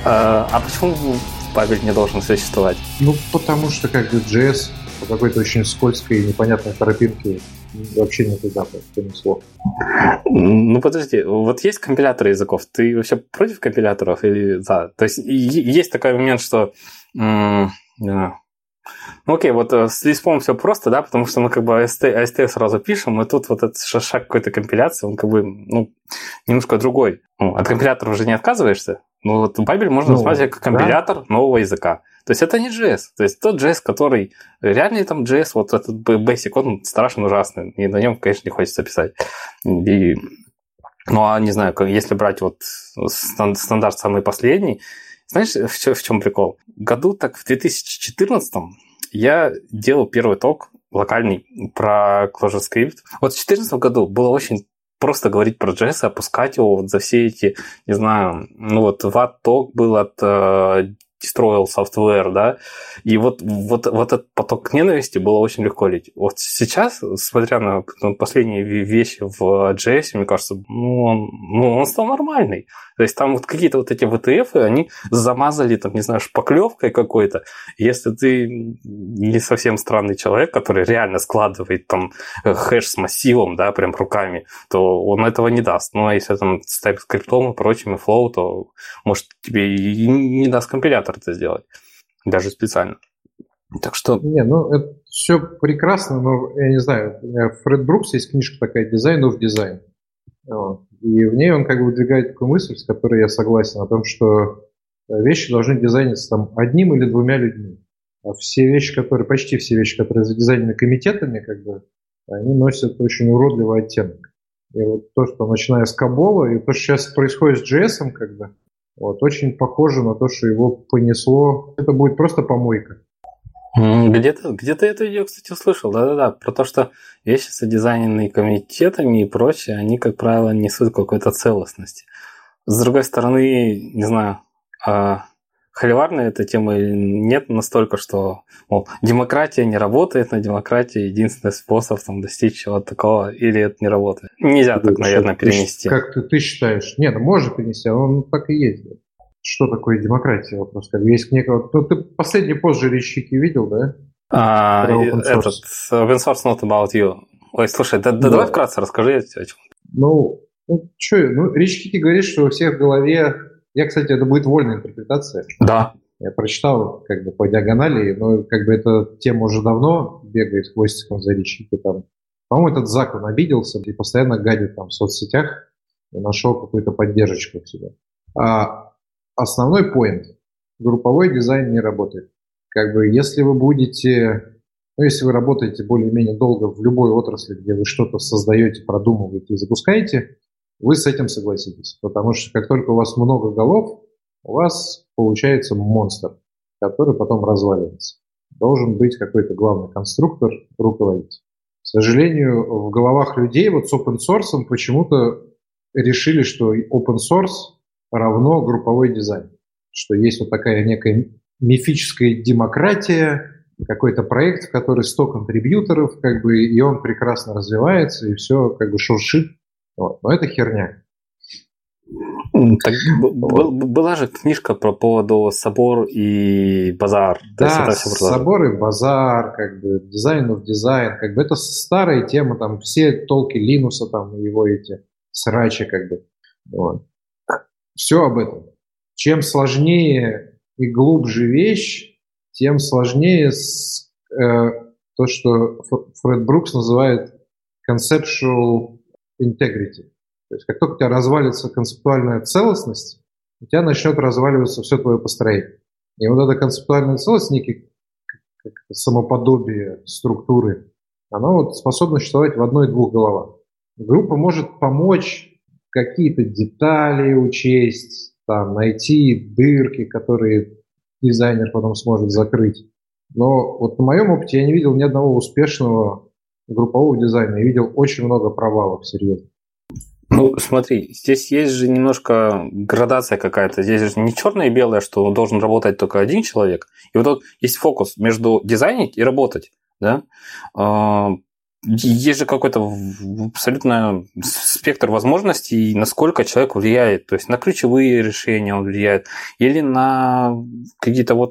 А почему Babel не должен существовать? Ну, потому что как бы JS по какой-то очень скользкой и непонятной тропинке вообще не туда понесло. Ну, подожди, вот есть компиляторы языков, ты вообще против компиляторов или за? То есть есть такой момент, что... Ну, окей, вот с Lisp все просто, да, потому что мы как бы AST сразу пишем, и тут вот этот шаг какой-то компиляции, он как бы, ну, немножко другой. Ну, от компилятора уже не отказываешься, но вот Babel можно рассматривать как компилятор нового языка. То есть это не JS, то есть тот JS, который реальный там JS, вот этот Basic, он страшно ужасный, и на нем, конечно, не хочется писать. И, ну, а не знаю, если брать вот стандарт самый последний, знаешь, в чем прикол? Году так в 2014-м я делал первый ток локальный про ClojureScript. Вот в 2014 году было очень просто говорить про JS, опускать его вот за все эти, не знаю, ну вот Watt-ток был от Destroyal Software, да, и вот этот поток ненависти было очень легко лить. Вот сейчас, смотря на последние вещи в JS, мне кажется, он стал нормальный. То есть там вот какие-то вот эти VTF, они замазали, там, не знаю, шпаклевкой какой-то. Если ты не совсем странный человек, который реально складывает там хэш с массивом, да, прям руками, то он этого не даст. Ну, а если там с TypeScript и прочими Flow, то, может, тебе и не даст компилятор это сделать. Даже специально. Так что... Не, ну, это все прекрасно, но, я не знаю, Фред Брукс есть книжка такая «Design of Design». Вот. И в ней он как бы выдвигает такую мысль, с которой я согласен, о том, что вещи должны дизайниться там одним или двумя людьми. А почти все вещи, которые задизайнены комитетами, как бы, они носят очень уродливый оттенок. И вот то, что начиная с Кабола, и то, что сейчас происходит с JS, как бы, вот, очень похоже на то, что его понесло. Это будет просто помойка. Где-то это я, кстати, услышал, да-да-да, про то, что вещи, задизайненные комитетами и прочее, они, как правило, несут какой-то целостности. С другой стороны, не знаю, холиварная эта тема или нет настолько, что, мол, демократия не работает, но демократия единственный способ там, достичь чего-то такого, или это не работает. Нельзя так, наверное, перенести. Как ты считаешь? Нет, ну, можно перенести, он так и есть. Что такое демократия? Вопрос. Как есть некого... Ты последний пост же Ричики видел, да? Этот open source not about you. Ой, слушай, давай вкратце расскажи о чем. Ну Ричики говорит, что у всех в голове... Кстати, это будет вольная интерпретация. Да. Я прочитал как бы по диагонали, но как бы эта тема уже давно бегает хвостиком за Ричики. Там, по-моему, этот Зак, он обиделся и постоянно гадит там в соцсетях и нашел какую-то поддержку в себе. Основной поинт. Групповой дизайн не работает. Как бы, если вы работаете более-менее долго в любой отрасли, где вы что-то создаете, продумываете и запускаете, вы с этим согласитесь. Потому что как только у вас много голов, у вас получается монстр, который потом разваливается. Должен быть какой-то главный конструктор, руководитель. К сожалению, в головах людей вот с open source почему-то решили, что open source равно групповой дизайн. Что есть вот такая некая мифическая демократия, какой-то проект, в который 100 контрибьюторов, как бы, и он прекрасно развивается, и все как бы шуршит. Вот. Но это херня. Так, была же книжка по поводу собор и базар. Да, собор и базар, как бы, дизайн of дизайн, как бы, это старая тема, там, все толки Линуса, там, его эти срачи, как бы, вот. Все об этом. Чем сложнее и глубже вещь, тем сложнее то, что Фред Брукс называет conceptual integrity. То есть как только у тебя развалится концептуальная целостность, у тебя начнет разваливаться все твое построение. И вот эта концептуальная целостность, некий самоподобие структуры, она вот способна существовать в одной-двух головах. Группа может помочь какие-то детали учесть, там, найти дырки, которые дизайнер потом сможет закрыть. Но вот на моем опыте я не видел ни одного успешного группового дизайна. Я видел очень много провалов, серьезно. Ну, смотри, здесь есть же немножко градация какая-то. Здесь же не черное и белое, что должен работать только один человек. И вот тут есть фокус между дизайнить и работать. Да? есть же какой-то абсолютно спектр возможностей, насколько человек влияет. То есть на ключевые решения он влияет, или на какие-то вот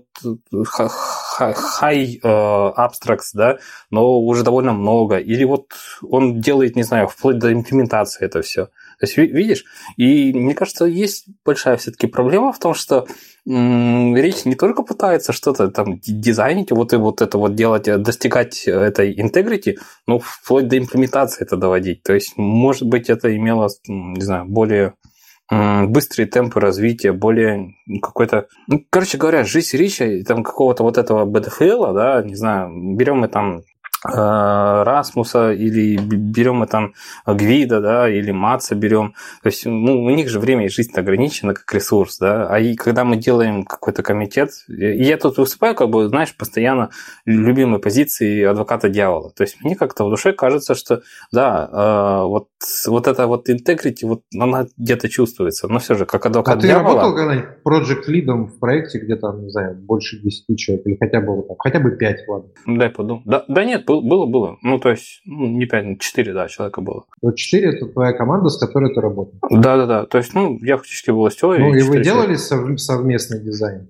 high abstracts, да, но уже довольно много. Или вот он делает, не знаю, вплоть до имплементации это все. То есть, видишь, и мне кажется, есть большая все-таки проблема в том, что речь не только пытается что-то там дизайнить, вот и вот это вот делать, достигать этой integrity, но вплоть до имплементации это доводить. То есть, может быть, это имело, не знаю, более быстрые темпы развития, более какой-то... Ну, короче говоря, жизнь речи там какого-то вот этого BDFL, да, не знаю, берем мы там Расмуса, или берем мы там Гвида, да, или Матса берем. То есть, ну, у них же время и жизнь ограничена как ресурс, да. А и когда мы делаем какой-то комитет, и я тут выступаю, как бы, знаешь, постоянно любимой позиции адвоката дьявола. То есть, мне как-то в душе кажется, что, да, вот эта вот integrity, вот она где-то чувствуется. Но все же, как адвокат дьявола... А ты работал когда-нибудь проект-лидом в проекте, где там, не знаю, больше 10 человек, или хотя бы 5, ладно? Дай подумать. Да нет, было. Ну, то есть, не 5, 4, да, человека было. Вот 4 – это твоя команда, с которой ты работал? Да. То есть, ну, я фактически был SEO. Ну, и вы делали совместный дизайн?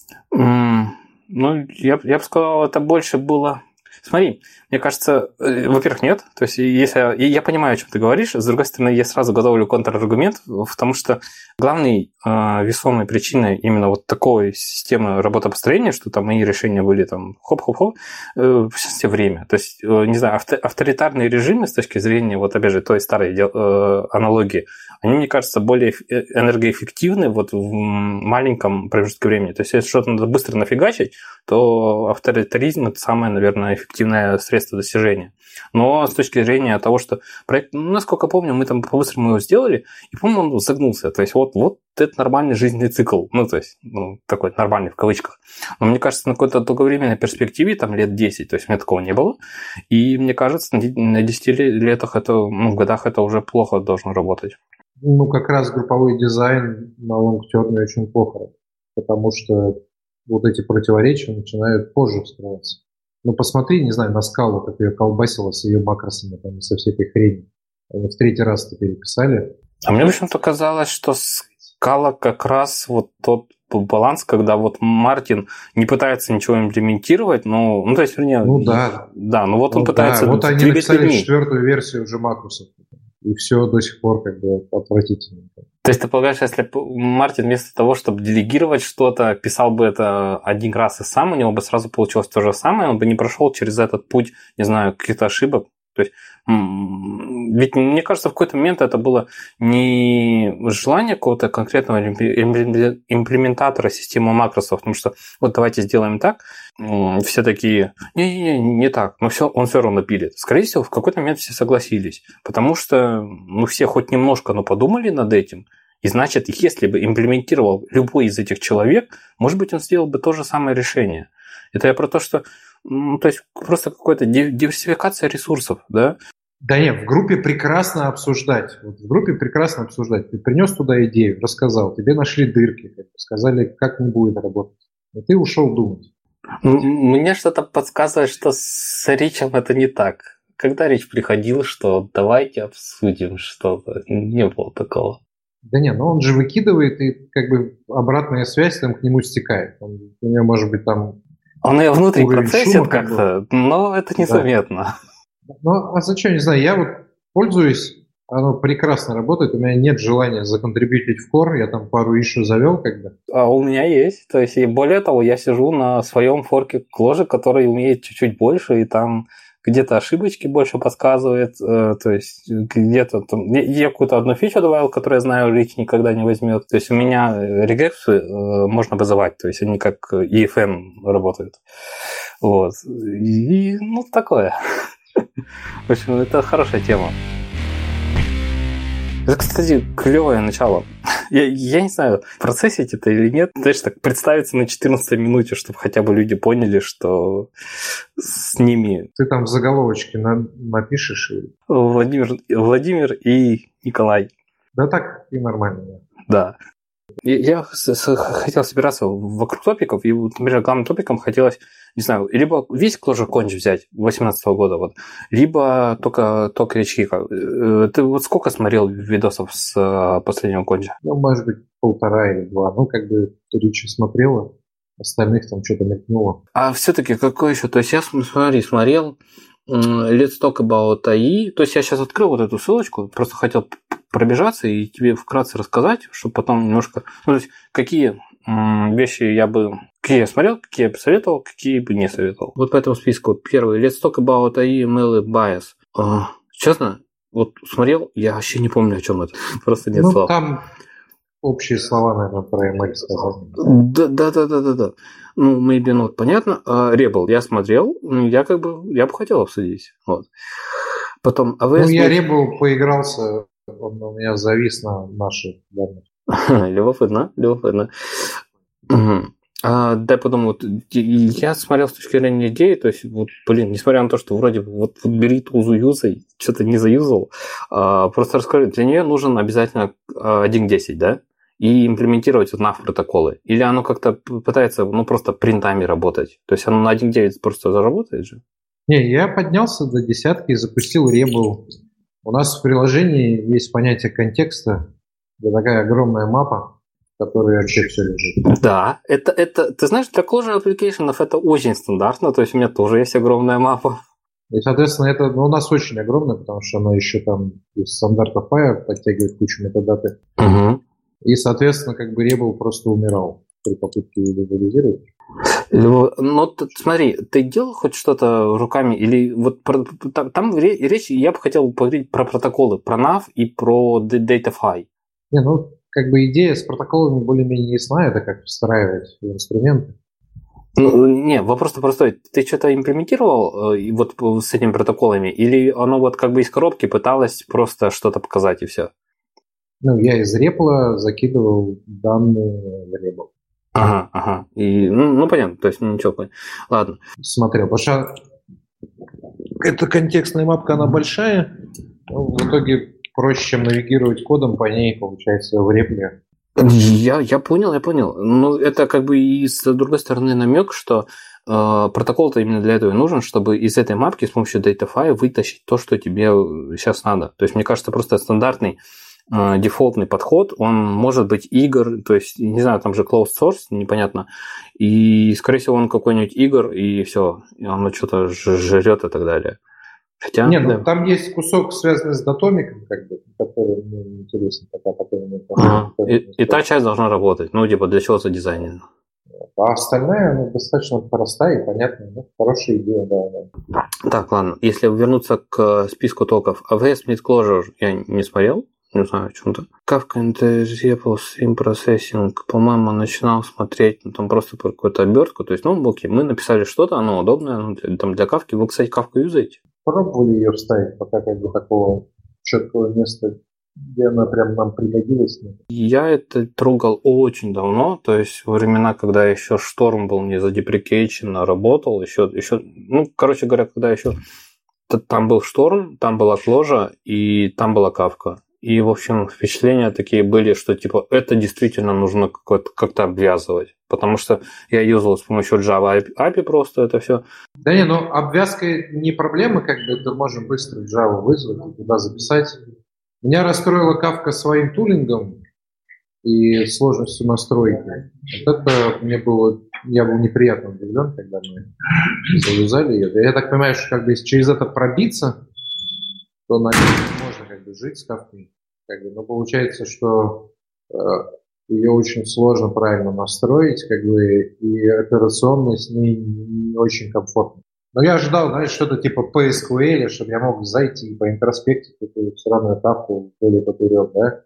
Ну, я бы сказал, это больше было... Смотри, мне кажется, во-первых, нет. То есть, если я понимаю, о чем ты говоришь, с другой стороны, я сразу готовлю контраргумент, потому что главной весомой причиной именно вот такой системы работопостроения, что там мои решения были там хоп-хоп-хоп, в частности, время. То есть, не знаю, авторитарные режимы с точки зрения, вот опять же, той старой аналогии, они, мне кажется, более энергоэффективны вот в маленьком промежутке времени. То есть, если что-то надо быстро нафигачить, то авторитаризм – это самое, наверное, эффективное средство достижения. Но с точки зрения того, что проект, насколько помню, мы там по-быстрому его сделали, и, по-моему, он загнулся. То есть, вот это нормальный жизненный цикл. Ну, то есть, такой нормальный в кавычках. Но мне кажется, на какой-то долговременной перспективе, там, лет 10, то есть, у меня такого не было. И мне кажется, на 10 летах это, в годах это уже плохо должно работать. Ну, как раз групповой дизайн на лонгтерме очень плохо, потому что вот эти противоречия начинают позже встраиваться. Ну, посмотри, не знаю, на скалу, как ее колбасило с ее макросами, там, со всей этой хренью. Они в 3-й раз это переписали. А мне почему-то казалось, что скала как раз вот тот баланс, когда вот Мартин не пытается ничего имплементировать, то есть, вернее... Ну, да. Да, но вот он пытается... Да. Вот они написали 4-ю версию уже макросов. И все до сих пор как бы отвратительно. То есть ты полагаешь, если Мартин вместо того, чтобы делегировать что-то, писал бы это один раз и сам, у него бы сразу получилось то же самое, он бы не прошел через этот путь, не знаю, каких-то ошибок. То есть, ведь мне кажется, в какой-то момент это было не желание какого-то конкретного имплементатора системы макросов, потому что вот давайте сделаем так, все такие, не так, но он все равно пилит. Скорее всего, в какой-то момент все согласились, потому что все хоть немножко, но подумали над этим, и значит, если бы имплементировал любой из этих человек, может быть, он сделал бы то же самое решение. Это я про то, что то есть просто какая-то диверсификация ресурсов, да? Да нет, в группе прекрасно обсуждать. Ты принес туда идею, рассказал, тебе нашли дырки, сказали, как не будет работать. И ты ушел думать. Мне что-то подсказывает, что с Ричем это не так. Когда Рич приходил, что давайте обсудим что-то, не было такого. Да не, он же выкидывает, и как бы обратная связь там к нему стекает. У него может быть там... Он ее внутри процессит как-то, но это незаметно. Ну, а зачем, не знаю, я вот пользуюсь, оно прекрасно работает, у меня нет желания законтрибьютить в core, я там пару issue завел как бы. А у меня есть, то есть, и более того, я сижу на своем форке кложи, который умеет чуть-чуть больше, и там где-то ошибочки больше подсказывает, то есть где-то там... Я какую-то одну фичу добавил, которую я знаю, Рич никогда не возьмет. То есть у меня регрессы можно вызывать, то есть они как EFM работают. Вот. И, такое. В общем, это хорошая тема. Это, кстати, клевое начало. Я не знаю, процессить это или нет. Знаешь, так представиться на 14 минуте, чтобы хотя бы люди поняли, что с ними... Ты там в заголовочке напишешь. Владимир и Николай. Да так и нормально. Да. Я хотел собираться вокруг топиков, и, например, главным топиком хотелось, не знаю, либо весь Clojure Conch взять 2018 года, вот, либо только речки. Ты вот сколько смотрел видосов с последнего конча? Ну, может быть, 1,5 или 2. Ну, как бы ты речи смотрела, остальных там что-то мелькнуло. А все-таки какой еще? То есть я смотрел Let's Talk About AI. То есть я сейчас открыл вот эту ссылочку, просто хотел пробежаться и тебе вкратце рассказать, чтобы потом немножко... Ну, то есть какие вещи какие я смотрел, какие я бы советовал, какие бы не советовал. Вот по этому списку. Первый. Let's Talk About AI, ML и Bias. Честно, вот смотрел, я вообще не помню, о чем это. Просто нет слов. Там общие слова, наверное, про ML сказал. Да. Ну, maybe not, понятно. Rebel я смотрел, я бы хотел обсудить. Вот. Потом AWS... Ну, я Rebel поигрался, он у меня завис на наших данных. Любопытно. Дай подумаю, я смотрел с точки зрения идеи, то есть, вот, несмотря на то, что вроде вот бери тузу юзай, что-то не заюзал, просто расскажи, для нее нужен обязательно 1.10, да? И имплементировать вот NAV протоколы? Или оно как-то пытается, просто принтами работать? То есть оно на 1.9 просто заработает же? Не, я поднялся до 10 и запустил Rebel. У нас в приложении есть понятие контекста. Это такая огромная мапа, в которой вообще все лежит. Да, это ты знаешь, для Clojure Applications это очень стандартно, то есть у меня тоже есть огромная мапа. И, соответственно, это у нас очень огромное, потому что оно еще там из стандартов Fire подтягивает кучу метадаты. Угу. И, соответственно, как бы Rebel просто умирал при попытке визуализировать. Ну, смотри, ты делал хоть что-то руками? Или вот там речь, я бы хотел поговорить про протоколы, про NAV и про DataFi. Не, ну, как бы идея с протоколами более-менее ясна, это как встраивать в инструменты. Ну, не, вопрос-то простой. Ты что-то имплементировал вот с этими протоколами? Или оно вот как бы из коробки пыталось просто что-то показать и все? Ну, я из Repl закидывал данные в Rebel. Ага. И, ну, понятно, то есть ничего понятно. Ладно. Смотрел, потому что эта контекстная мапка, она большая, но в итоге проще, чем навигировать кодом по ней, получается, в Repl. Я понял. Ну, это как бы и с другой стороны намек, что протокол-то именно для этого и нужен, чтобы из этой мапки с помощью DataFi вытащить то, что тебе сейчас надо. То есть, мне кажется, просто стандартный дефолтный подход, он может быть игр, то есть, не знаю, там же closed source, непонятно, и, скорее всего, он какой-нибудь игр, и все, и оно что-то жрет и так далее. Хотя... Нет, ну там есть кусок, связанный с датомиком, как бы, который мне интересен, И та часть должна работать, ну, типа, для чего это дизайнер. А остальная, она достаточно простая и понятная, ну, хорошая идея, да. Так, ладно, если вернуться к списку токов, AWS Mid-Clojure я не смотрел, не знаю, о чем-то. Kafka Interceptor Stream Processing, по-моему, начинал смотреть, ну, там просто про какую-то обертку. То есть, ну, окей, мы написали что-то, оно удобное, ну, там для Kafka. Вы, кстати, Kafka юзаете? Пробовали ее вставить, пока как бы такого четкого места, где она прям нам пригодилась. Я это трогал очень давно, то есть во времена, когда еще Шторм был не задеприкейчен, работал, еще, ну, короче говоря, когда еще там был Шторм, там была Clojure и там была Kafka. И, в общем, впечатления такие были, что, типа, это действительно нужно как-то обвязывать. Потому что я юзал с помощью Java API просто это все. Да не, ну, обвязка не проблема, как бы это можно быстро в Java вызвать и туда записать. Меня расстроила Kafka своим тулингом и сложностью настройки. Вот это я был неприятно удивлен, когда мы завязали ее. Я так понимаю, что как бы если через это пробиться, то, наверное, можно как бы жить с Kafka. Как бы, но получается, что ее очень сложно правильно настроить, как бы, и операционно с ней не очень комфортно. Но я ожидал, знаешь, что-то типа PSQL, чтобы я мог зайти и поинтроспектить эту сраную Kafka вдоль и поперек, да?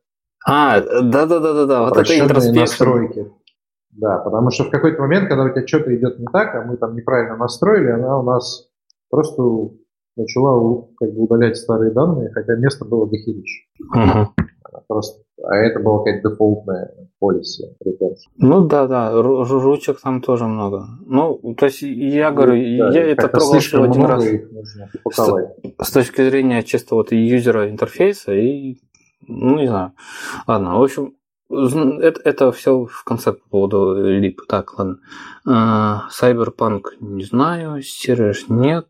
Да. Вот это интроспекция. Настройки. Да, потому что в какой-то момент, когда у тебя что-то идет не так, а мы там неправильно настроили, она у нас просто начала как бы удалять старые данные, хотя место было дохерища. Просто, а это была какая-то дефолтная полиси. Ну да, ручек там тоже много. Ну, то есть я говорю, да, я это пробовал всего один раз. Их нужно упаковать. С точки зрения чисто вот юзера интерфейса и, ну, не знаю. Ладно, в общем, Это все в конце по поводу лип. Так, ладно. Cyberpunk не знаю, Serage нет,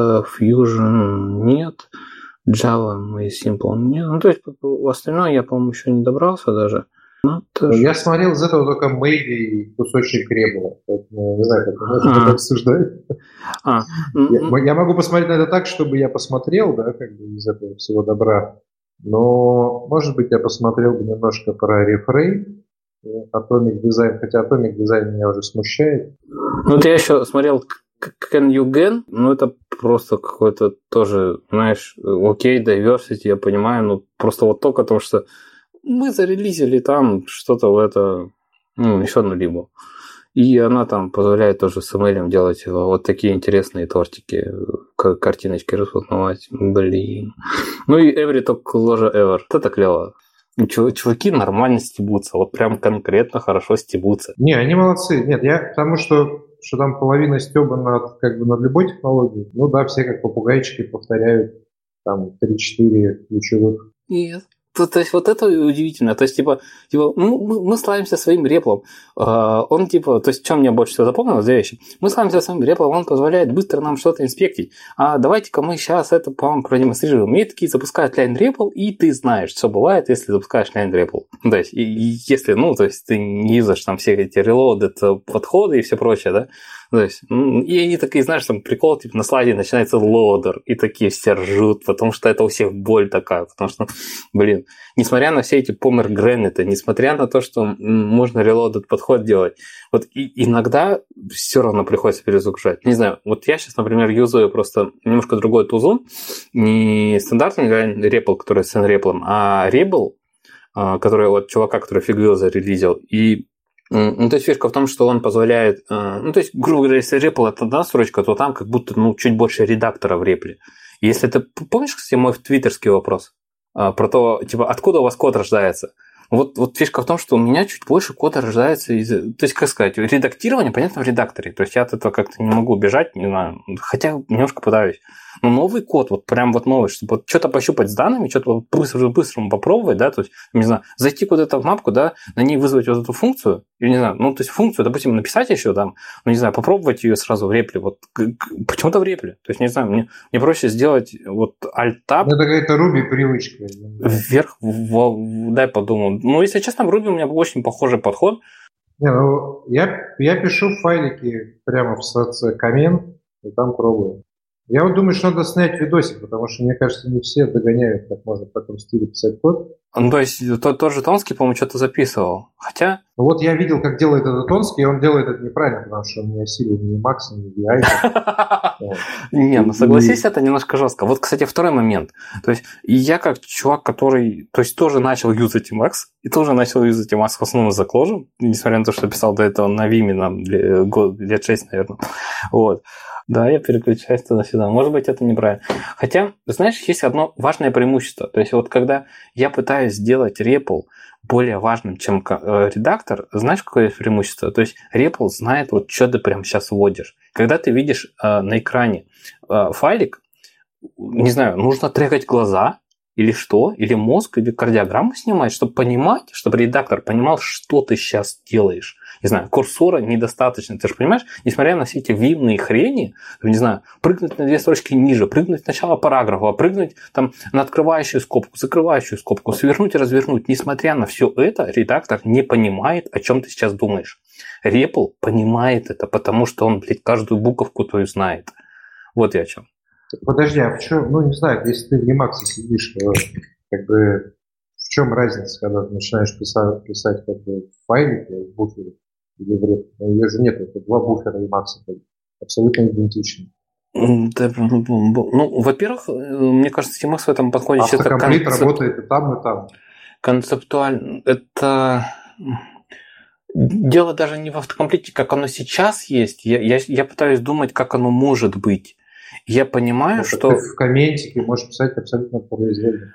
Fusion нет, Java и Simple нет. Ну, то есть, остальное я, по-моему, еще не добрался даже. Я смотрел из этого только Мэйди и кусочек Ребла. Не знаю, как мы можем это обсуждать. Я могу посмотреть на это так, чтобы я посмотрел, да, как бы из этого всего добра. Но, может быть, я посмотрел бы немножко про Refrain, Atomic Design, хотя Atomic Design меня уже смущает. Ну, вот я еще смотрел Can You Gen, ну, это просто какой-то тоже, знаешь, окей, diversity, я понимаю, но просто вот только потому, что мы зарелизили там что-то в это, ну, еще одну либо. И она там позволяет тоже с ML делать вот такие интересные тортики, картиночки распознавать. Блин. Ну и Every Talk Ложа Ever. Это клево. Чуваки нормально стебутся. Вот прям конкретно хорошо стебутся. Не, они молодцы. Нет, я потому что там половина стеба над любой технологией. Ну да, все как попугайчики повторяют там 3-4 ключевых. Нет. То есть вот это удивительно. То есть, типа мы славимся своим реплом. Он, типа, то есть, что мне больше всего запомнилось, две вещи. Мы славимся своим реплом, он позволяет быстро нам что-то инспектить. А давайте-ка мы сейчас это, по-моему, продемонстрируем. И такие запускают line REPL, и ты знаешь, что бывает, если запускаешь line REPL. То есть, если, то есть, ты не юзаешь там все эти reloaded подходы и все прочее, да? То есть, и они такие, знаешь, там прикол, типа на слайде начинается лоудер, и такие все ржут, потому что это у всех боль такая, потому что, блин, несмотря на все эти помергранеты, несмотря на то, что можно reloaded подход делать, вот и иногда все равно приходится перезагружать. Не знаю, вот я сейчас, например, юзаю просто немножко другой тузу, не стандартный REPL, который с NREPL, а Rebel, который от чувака, который Figwheel зарелизил, и то есть фишка в том, что он позволяет... то есть, грубо говоря, если REPL это одна строчка, то там как будто чуть больше редактора в репле. Если ты... Помнишь, кстати, мой твиттерский вопрос? Про то, типа, откуда у вас код рождается? Вот фишка в том, что у меня чуть больше кода рождается из... То есть, как сказать, редактирование, понятно, в редакторе. То есть, я от этого как-то не могу убежать, не знаю. Хотя немножко пытаюсь. Но новый код, вот прям вот новый, чтобы вот что-то пощупать с данными, что-то быстро попробовать, да, то есть, не знаю, зайти куда-то в мапку, да, на ней вызвать вот эту функцию, или, не знаю, то есть, функцию, допустим, написать еще там, не знаю, попробовать ее сразу в репле, вот почему-то в репле. То есть, не знаю, мне проще сделать вот Alt-Tab. Это какая-то Ruby привычка. Вверх, дай подумаю. Если честно, в Ruby у меня был очень похожий подход. Не, я пишу файлики прямо в соц коммент, и там пробую. Я вот думаю, что надо снять видосик, потому что, мне кажется, не все догоняют, как можно в таком стиле писать код. То есть, тот же Тонский, по-моему, что-то записывал. Хотя... Вот я видел, как делает этот Тонский, и он делает это неправильно, потому что он не осилил ни Max, ни VI. Не, согласись, это немножко жестко. Вот, кстати, второй момент. То есть, я как чувак, который, то есть, тоже начал юзать Emacs, и тоже начал юзать Emacs в основном за Clojure, несмотря на то, что писал до этого на Vim, лет 6, наверное. Вот. Да, я переключаюсь туда-сюда. Может быть, это неправильно. Хотя, знаешь, есть одно важное преимущество. То есть, вот когда я пытаюсь сделать REPL более важным, чем редактор, знаешь, какое есть преимущество? То есть, REPL знает, вот что ты прямо сейчас вводишь. Когда ты видишь на экране файлик, не знаю, нужно трекать глаза, или что, или мозг, или кардиограмму снимать, чтобы понимать, чтобы редактор понимал, что ты сейчас делаешь. Не знаю, курсора недостаточно. Ты же понимаешь, несмотря на все эти вимные хрени, не знаю, прыгнуть на 2 строчки ниже, прыгнуть в начало параграфа, прыгнуть там на открывающую скобку, закрывающую скобку, свернуть и развернуть. Несмотря на все это, редактор не понимает, о чем ты сейчас думаешь. REPL понимает это, потому что он, каждую буковку твою знает. Вот я о чем. Подожди, а в чем, не знаю, если ты в Emacs сидишь, то как бы в чем разница, когда ты начинаешь писать как бы в файлике, в буфере или в реп? Ее же нет, это 2 буфера Emacs, абсолютно идентичны. Во-первых, мне кажется, Emacs в этом подходе... Автокомплит работает и там. Концептуально. Это... Дело даже не в автокомплите, как оно сейчас есть. Я пытаюсь думать, как оно может быть. Я понимаю, что... Ты в комментике можешь писать абсолютно произвольно.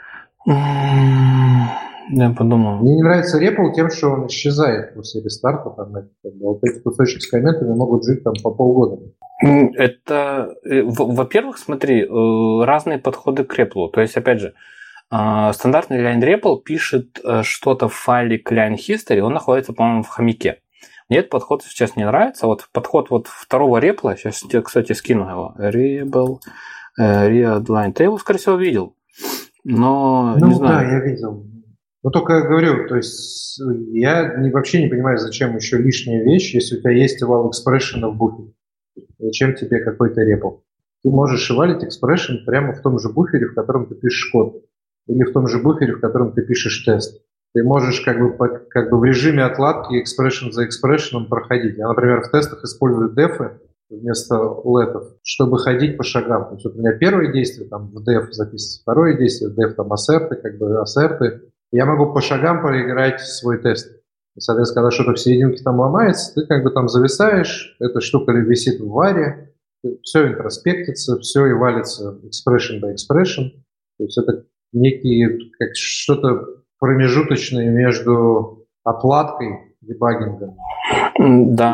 Я подумал. Мне не нравится REPL тем, что он исчезает после рестарта. Вот эти кусочки с комментами могут жить там по полгода. Это, во-первых, смотри, разные подходы к REPL. То есть, опять же, Стандартный line REPL пишет что-то в файле client history, он находится, по-моему, в хомяке. Мне этот подход сейчас не нравится. Вот подход вот второго репла, сейчас я, кстати, скину его. REPL, readline. Ты его, скорее всего, видел. Но не знаю. Да, я видел. Но только я говорю, то есть я вообще не понимаю, зачем еще лишняя вещь, если у тебя есть eval expression в буфере. Зачем тебе какой-то репл? Ты можешь evalить expression прямо в том же буфере, в котором ты пишешь код. Или в том же буфере, в котором ты пишешь тест. Ты можешь как бы в режиме отладки expression за expression проходить. Я, например, в тестах использую дефы вместо летов, чтобы ходить по шагам. То есть вот у меня первое действие там в def записывается, второе действие в def там ассерты, ассерты. Я могу по шагам проиграть свой тест. И, соответственно, когда что-то в серединке там ломается, ты как бы там зависаешь, эта штука висит в варе, все интроспектится, все и валится expression by expression. То есть это некие, как что-то промежуточное между отладкой, дебагингом. Да,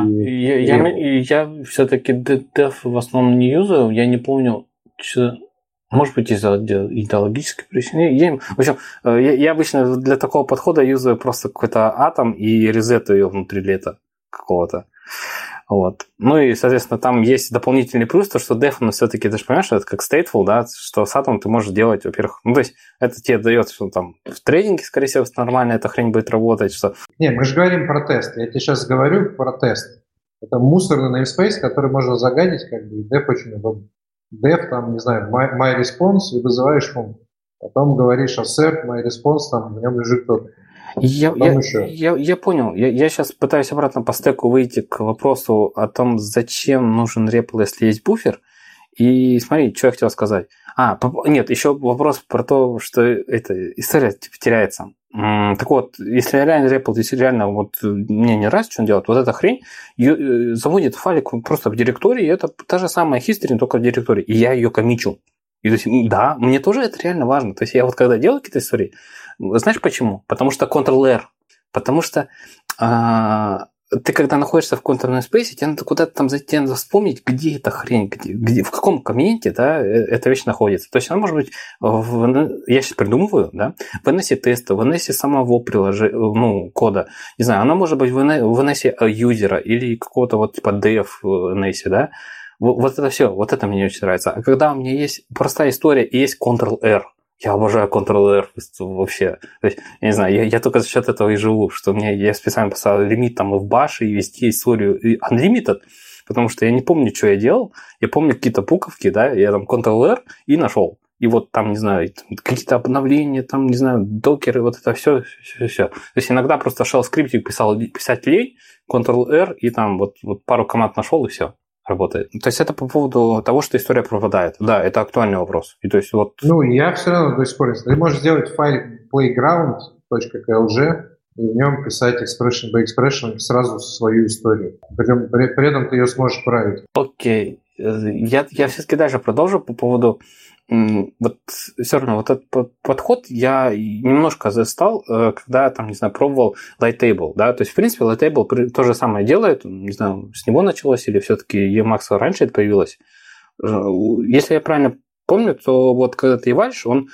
я все-таки def в основном не юзаю, я не помню, может быть, из-за идеологической причины. В общем, я обычно для такого подхода юзаю просто какой-то атом и резетую ее внутри лета какого-то. Вот. Ну и, соответственно, там есть дополнительный плюс, то, что def, но все-таки, ты же понимаешь, что это как stateful, да, что с атомом ты можешь делать, во-первых, то есть это тебе дает, что там в трейдинге, скорее всего, нормально эта хрень будет работать, что... Не, мы же говорим про тест. Я тебе сейчас говорю про тест. Это мусорный namespace, который можно загадить, как бы, и def очень удобно. Def, там, не знаю, my response, и вызываешь функцию. Потом говоришь assert, my response, там в нем лежит кто-то. Я понял. Я сейчас пытаюсь обратно по стеку выйти к вопросу о том, зачем нужен REPL, если есть буфер. И смотри, что я хотел сказать. Нет, еще вопрос про то, что эта история типа теряется. Так вот, если реально REPL, если реально вот мне не нравится, что он делает, вот эта хрень заводит файлик просто в директории, и это та же самая history, только в директории. И я ее коммичу. И, то есть, да, мне тоже это реально важно. То есть я вот когда делаю какие-то истории, знаешь почему? Потому что Ctrl-R. Потому что ты когда находишься в каком-то namespace, тебе надо куда-то там зайти, тебе надо вспомнить, где эта хрень, где, в каком комменте, да, эта вещь находится. То есть она может быть, я сейчас придумываю, да, в NS теста, в NS самого приложения, кода. Не знаю, она может быть в NS юзера или какого-то вот типа dev в NS, да. Вот это все, вот это мне очень нравится. А когда у меня есть простая история и есть Ctrl-R, я обожаю Ctrl-R вообще. То есть, я не знаю, я только за счет этого и живу, что я специально поставил лимит там и в Bash, и вести историю и Unlimited, потому что я не помню, что я делал. Я помню какие-то пуковки, да, я там Ctrl-R и нашел. И вот там, не знаю, какие-то обновления, там, не знаю, докеры, вот это все. То есть иногда просто shell скриптик писать лень, Ctrl-R, и там вот пару команд нашел, и все. Работает. То есть это по поводу того, что история пропадает. Да, это актуальный вопрос. И то есть вот... Я все равно до сих пор... Ты можешь сделать файл playground.klg и в нем писать expression by expression сразу свою историю. Причем при этом ты ее сможешь править. Окей. Я все-таки дальше продолжу по поводу... Вот все равно вот этот подход я немножко застал, когда там, не знаю, пробовал Lighttable, да, то есть, в принципе, Lighttable то же самое делает, не знаю, с него началось или все-таки Emacs раньше это появилось. Если я правильно помню, то вот когда ты евалишь, он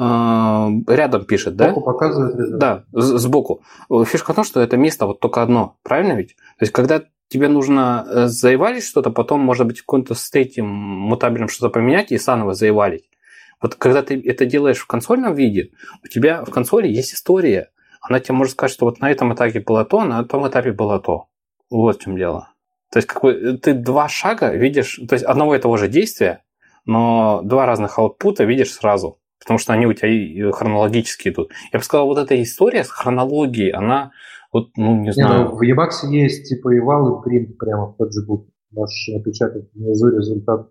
рядом пишет, да? Сбоку показывает результат. Да, сбоку. Фишка в том, что это место вот только одно, правильно ведь? То есть, когда тебе нужно заевалить что-то, потом, может быть, в каком-то стейте мутабельном что-то поменять и заново заевалить. Вот когда ты это делаешь в консольном виде, у тебя в консоли есть история. Она тебе может сказать, что вот на этом этапе было то, на том этапе было то. Вот в чем дело. То есть как бы ты два шага видишь, то есть одного и того же действия, но два разных аутпута видишь сразу, потому что они у тебя хронологически идут. Я бы сказал, вот эта история с хронологией, она... Вот, не знаю. В Emacs есть типа eval и print прямо в тот же boot. Можешь напечатать внизу результат.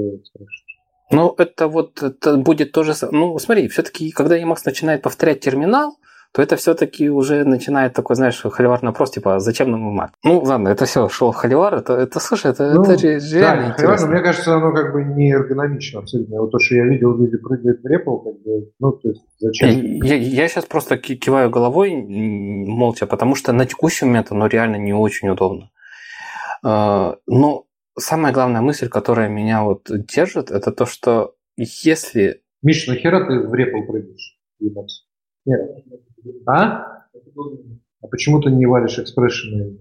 Это будет тоже... Смотри, все-таки, когда Emacs начинает повторять терминал, то это все-таки уже начинает такой, знаешь, холиварный вопрос, типа, зачем нам Emacs? Ладно, это все шло в холивар, слушай, это реально интересно. Мне кажется, оно как бы не эргономично абсолютно. Вот то, что я видел, люди прыгают в REPL, как бы, то есть зачем? Я сейчас просто киваю головой молча, потому что на текущий момент оно реально не очень удобно. Но самая главная мысль, которая меня вот держит, это то, что если... Миш, нахера ты в REPL прыгаешь? Emacs. Нет. А? А почему ты не валишь экспрессионы?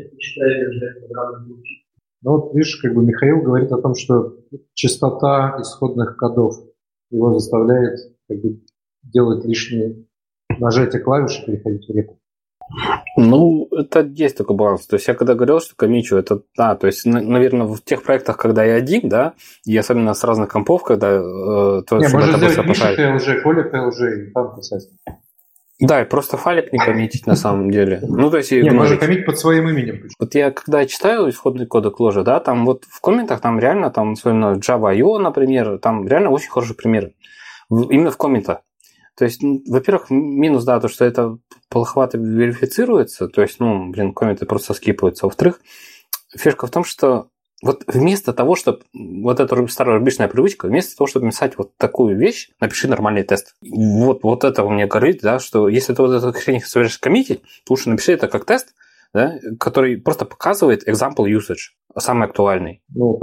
Ну вот видишь, как бы Михаил говорит о том, что частота исходных кодов его заставляет как бы делать лишние нажатия клавиш и переходить в репу. Ну, это есть такой баланс. То есть я когда говорил, что комичу, это, да, то есть, наверное, в тех проектах, когда я один, да, и особенно с разных компов, когда... Не, можно сделать Миша TLG, Коля TLG, и там писать. Да, и просто файлик не коммитить на самом деле. Ну, то есть... Не, можно коммитить под своим именем. Вот я, когда читаю исходный кодек ложи, да, там вот в комментах, там реально, там, особенно Java.io, например, там реально очень хорошие примеры. Именно в комментах. То есть, во-первых, минус, да, то, что это плоховато верифицируется, то есть, комменты просто скипываются. Во-вторых, фишка в том, что вот вместо того, чтобы вот эта старая рубежная привычка, вместо того, чтобы писать вот такую вещь, напиши нормальный тест. Вот это мне говорит, да, что если ты вот эту хрень собираешься коммитить, то лучше напиши это как тест, да, который просто показывает example usage, самый актуальный. Ну,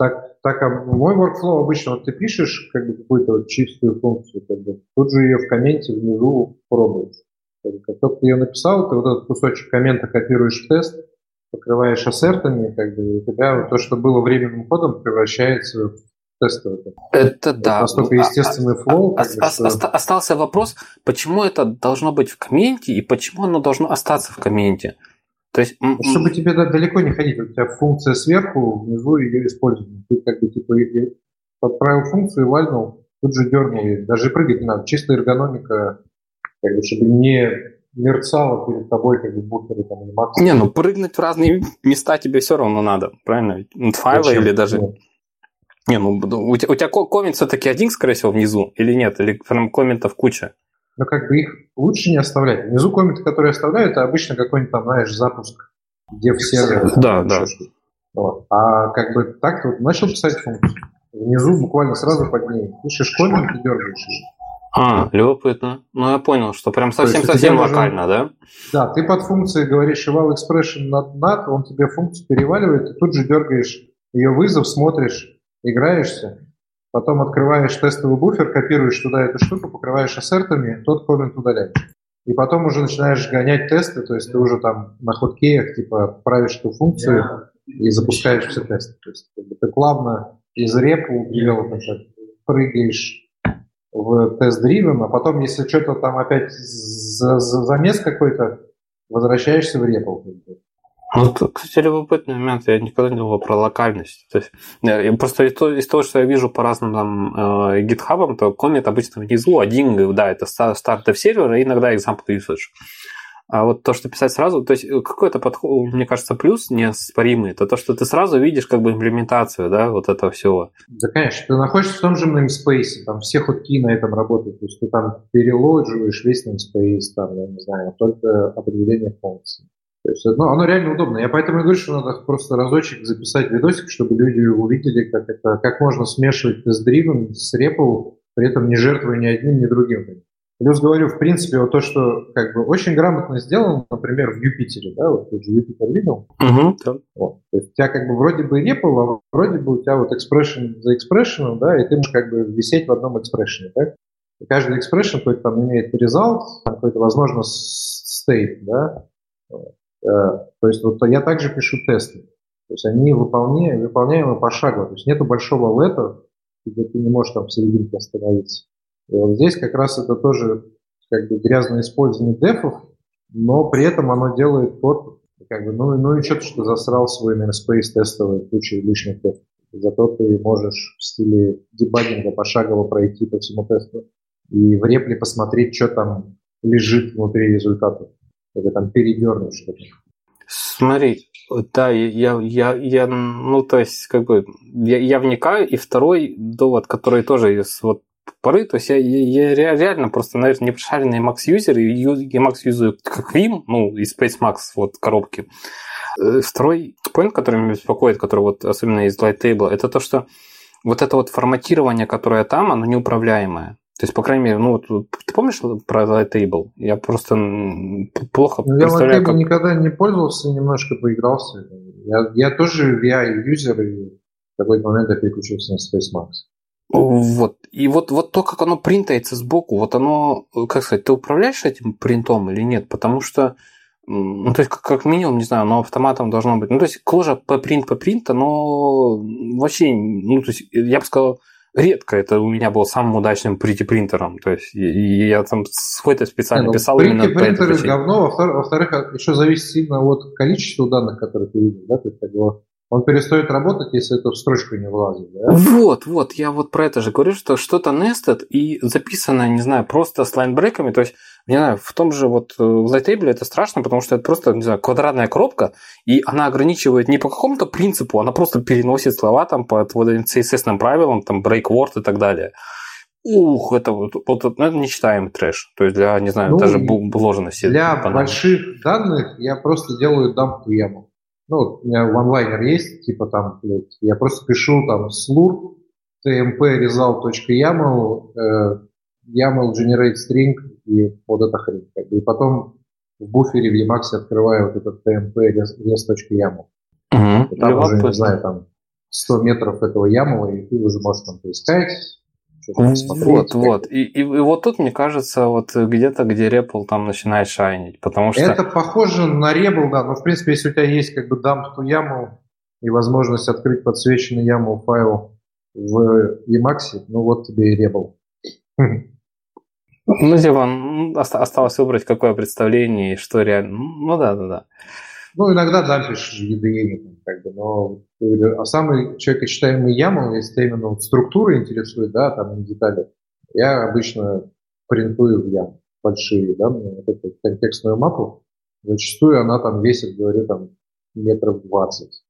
мой workflow обычно, вот ты пишешь как бы какую-то вот чистую функцию, как бы, тут же ее в комменте внизу пробуешь. Как только ты ее написал, ты вот этот кусочек коммента копируешь в тест, покрываешь ассертами, как бы, и у тебя вот то, что было временным кодом, превращается в тестовый. Это да. Настолько естественный флоу. Остался вопрос, почему это должно быть в комменте и почему оно должно остаться в комменте. То есть, чтобы тебе далеко не ходить, у тебя функция сверху, внизу ее используют. Ты как бы типа подправил функцию и вальнул, тут же дернул ее. Даже прыгать не надо. Чисто эргономика, как бы, чтобы не мерцало перед тобой, как бы буферы там анимации. Не, прыгнуть в разные места тебе все равно надо, правильно? Файлы или даже... Нет. Не, у тебя коммент все-таки один, скорее всего, внизу, или нет? Или прям комментов куча? Но как бы их лучше не оставлять. Внизу комменты, которые оставляют, это обычно какой-нибудь там, знаешь, запуск дев-сервера. Да. Вот. А как бы так ты вот начал писать функцию. Внизу буквально сразу под ней пишешь коммент и дергаешь ее. Любопытно. Ну, я понял, что прям совсем локально, да? Да, ты под функцией говоришь eval expression над, он тебе функцию переваливает, ты тут же дергаешь ее вызов, смотришь, играешься, потом открываешь тестовый буфер, копируешь туда эту штуку, покрываешь ассертами, тот коммент удаляешь. И потом уже начинаешь гонять тесты, то есть ты уже там на хоткеях типа правишь эту функцию и запускаешь все тесты. То есть ты плавно из репу прыгаешь в тест-дривен, а потом, если что-то там опять замес какой-то, возвращаешься в репу. Ну, кстати, любопытный момент. Я никогда не думал про локальность. То есть, просто из того, что я вижу по разным там гитхабам, то коммент обычно внизу один, да, это старт сервера, и иногда example usage. А вот то, что писать сразу, то есть какой-то подход, мне кажется, плюс неоспоримый, это то, что ты сразу видишь как бы имплементацию, да, вот этого всего. Да, конечно, ты находишься в том же namespace, там все хотки на этом работают, то есть ты там перелодживаешь весь namespace, там, я не знаю, только определение функций. То есть, оно реально удобно. Я поэтому и говорю, что надо просто разочек записать видосик, чтобы люди увидели, как можно смешивать тест-дривен с репл, при этом не жертвуя ни одним, ни другим. Плюс говорю, в принципе, вот то, что как бы очень грамотно сделано, например, в Юпитере, да, вот ты же Юпитер видел? Да. Вот. То есть у тебя как бы вроде бы репл, а вроде бы у тебя вот expression за expression, да, и ты можешь как бы висеть в одном expression, так? И каждый expression какой-то там имеет result, там какой-то, возможно, state, да. То есть вот я также пишу тесты. То есть они выполняемы пошагово. То есть нету большого лета, где ты не можешь там в серединке остановиться. И вот здесь как раз это тоже как бы грязное использование дефов, но при этом оно делает код, как бы, ну и что-то, что засрал свой namespace тестовый кучей лишних дефов. Зато ты можешь в стиле дебагинга пошагово пройти по всему тесту и в репле посмотреть, что там лежит внутри результата. Или там передернуть что-то. Смотри, да, я ну, то есть, как бы, я вникаю, и второй довод, который тоже из вот поры, то есть я реально просто, наверное, не прошаренный Emacs-юзер, и Emacs юзаю как Vim, ну, из SpaceMax вот коробки. Второй point, который меня беспокоит, который вот особенно из Lighttable, это то, что вот это вот форматирование, которое там, оно неуправляемое. То есть, по крайней мере, ну, вот, ты помнишь про Lighttable? Я просто плохо представляю, как... Я никогда не пользовался, немножко поигрался. Я тоже VI-юзер, и в какой-то момент я переключился на SpaceMax. Вот. И вот то, как оно принтается сбоку, вот оно, как сказать, ты управляешь этим принтом или нет? Потому что, ну, то есть, как минимум, не знаю, оно автоматом должно быть. Ну, то есть, кложа по принт, оно вообще, ну, то есть, я бы сказал, редко это у меня было самым удачным принтером. То есть, я там свой-то специально писал именно по этой принтеры причине. говно, во-вторых, еще зависит сильно от количества данных, которые ты видишь, да, то есть, он перестает работать, если это в строчку не влазит, да? Вот, я вот про это же говорю, что что-то nested и записано, не знаю, просто с лайнбреками, то есть, не знаю, в том же вот в Lighttable это страшно, потому что это просто, не знаю, квадратная коробка, и она ограничивает не по какому-то принципу, она просто переносит слова там по вот этим CSS-ным правилам, там break word и так далее. Это это нечитаемый трэш. То есть для, не знаю, даже вложенности. Для банально. больших данных я просто делаю dump to YAML. Ну, вот у меня OneLiner есть, типа там, я просто пишу там slur tmp.result.yaml, YAML generate string и вот эта хрень. И потом в буфере в Emacs открываю вот этот tmp res.yaml. Угу. Там уже, не знаю, там 100 метров этого YAML, и ты уже можешь там поискать, что-то посмотреть. Вот. И вот тут, мне кажется, вот где-то, где REPL там начинает шайнить, потому что... Это похоже на REPL, да, но в принципе, если у тебя есть как бы dump to YAML и возможность открыть подсвеченный YAML файл в Emacs, ну вот тебе и REPL. Ну, Диван, осталось выбрать, какое представление и что реально. Ну да. Ну, иногда дампишь VDE, как бы, но самый человекочитаемый YAML, если тебя именно вот структура интересует, да, там не детали, я обычно принтую в YAML большие данные, вот эту контекстную мапу, зачастую она там весит, говорю, там метров 20.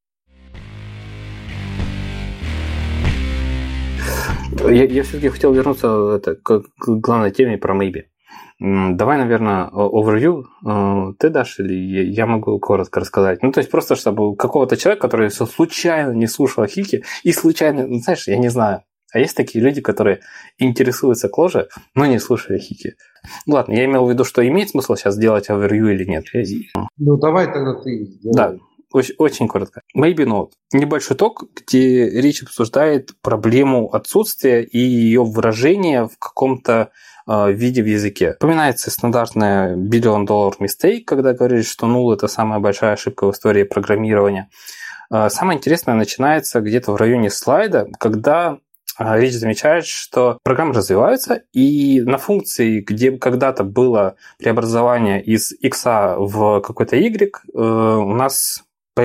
Я все-таки хотел вернуться к главной теме про Maybe. Давай, наверное, overview ты дашь, или я могу коротко рассказать? Ну, то есть просто, чтобы какого-то человека, который случайно не слушал Хики, и случайно, знаешь, я не знаю, а есть такие люди, которые интересуются Clojure, но не слушали Хики. Ну, ладно, я имел в виду, что имеет смысл сейчас делать overview или нет. Ну, давай тогда ты сделай. Да. Очень коротко. Maybe Not. Небольшой ток, где речь обсуждает проблему отсутствия и ее выражения в каком-то виде в языке. Упоминается стандартная $1 billion mistake, когда говоришь, что null – это самая большая ошибка в истории программирования. Самое интересное начинается где-то в районе слайда, когда речь замечает, что программы развиваются, и на функции, где когда-то было преобразование из x в какой-то y, у нас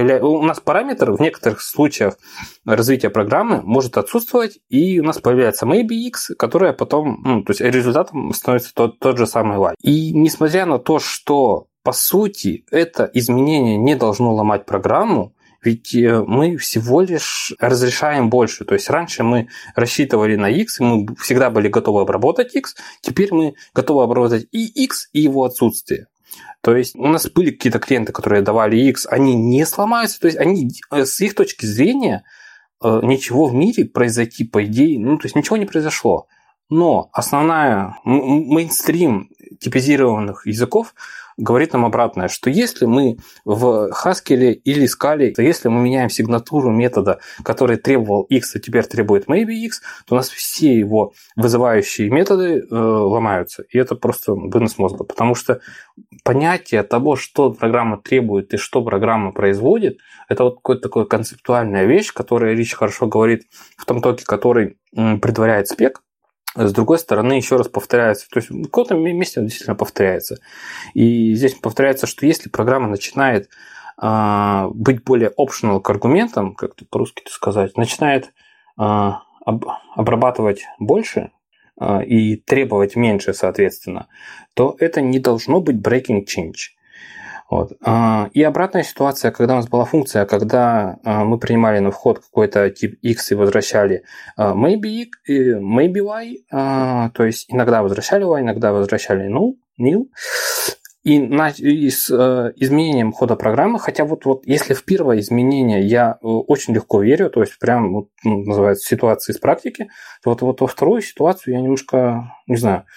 параметр в некоторых случаях развития программы может отсутствовать, и у нас появляется maybe x, которая потом, то есть результатом становится тот же самый y. И несмотря на то, что по сути это изменение не должно ломать программу, ведь мы всего лишь разрешаем больше. То есть раньше мы рассчитывали на x, и мы всегда были готовы обработать x, теперь мы готовы обработать и x, и его отсутствие. То есть у нас были какие-то клиенты, которые давали X, они не сломаются, то есть они с их точки зрения ничего в мире произойти, по идее, то есть ничего не произошло. Но основная мейнстрим типизированных языков говорит нам обратное, что если мы в Haskell или Scala, то если мы меняем сигнатуру метода, который требовал x, а теперь требует maybe x, то у нас все его вызывающие методы ломаются. И это просто вынос мозга. Потому что понятие того, что программа требует и что программа производит, это вот какая-то такая концептуальная вещь, которая Рич хорошо говорит в том токе, который предваряет спек. С другой стороны, еще раз повторяется. То есть в каком-то месте он действительно повторяется. И здесь повторяется, что если программа начинает быть более optional к аргументам, как это по-русски сказать, начинает обрабатывать больше и требовать меньше, соответственно, то это не должно быть breaking change. Вот. И обратная ситуация, когда у нас была функция, когда мы принимали на вход какой-то тип x и возвращали maybe y, то есть иногда возвращали y, иногда возвращали nil. И с изменением хода программы, хотя вот если в первое изменение я очень легко верю, то есть прям называется ситуации из практики, то вот во вторую ситуацию я немножко, не знаю,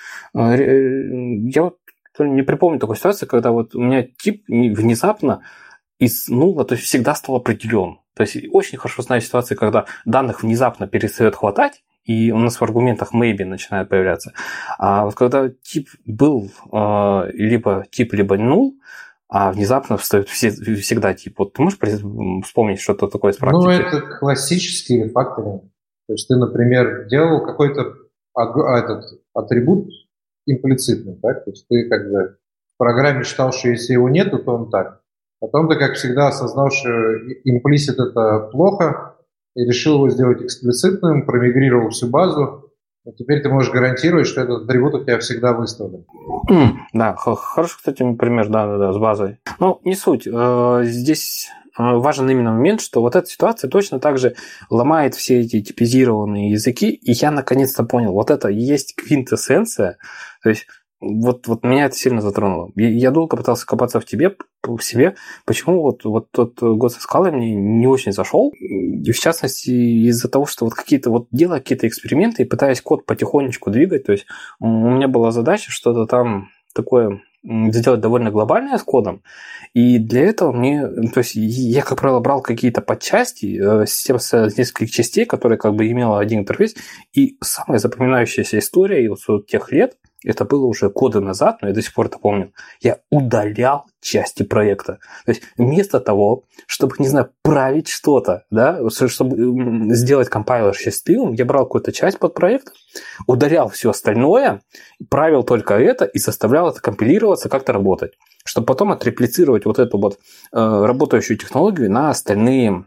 я не припомню такой ситуации, когда вот у меня тип внезапно из нула, то есть всегда стал определен. То есть очень хорошо знаю ситуации, когда данных внезапно перестает хватать, и у нас в аргументах maybe начинает появляться. А вот когда тип был либо тип, либо null, а внезапно встает всегда тип. Вот ты можешь вспомнить что-то такое из практики? Ну, это классический рефакторинг. То есть ты, например, делал какой-то этот атрибут имплицитный, так? То есть ты как бы в программе считал, что если его нету, то он так. Потом ты, как всегда, осознал, что имплисит это плохо, и решил его сделать эксплицитным, промигрировал всю базу, и теперь ты можешь гарантировать, что этот атрибут у тебя всегда выставлен. Да, хороший, кстати, пример, да, с базой. Но не суть. Здесь важен именно момент, что вот эта ситуация точно так же ломает все эти типизированные языки, и я наконец-то понял, вот это и есть квинтэссенция, то есть вот меня это сильно затронуло. Я долго пытался копаться в себе, почему вот тот год со скалой мне не очень зашел, и в частности из-за того, что вот какие-то вот делаю какие-то эксперименты и пытаюсь код потихонечку двигать, то есть у меня была задача что-то там такое сделать довольно глобальное с кодом, и для этого то есть я, как правило, брал какие-то подчасти, систему с нескольких частей, которые как бы имела один интерфейс, и самая запоминающаяся история и вот с тех лет, это было уже годы назад, но я до сих пор это помню, я удалял части проекта. То есть вместо того, чтобы, не знаю, править что-то, да, чтобы сделать компайлер счастливым, я брал какую-то часть под проект, удалял все остальное, правил только это и заставлял это компилироваться, как-то работать, чтобы потом отреплицировать вот эту вот работающую технологию на остальные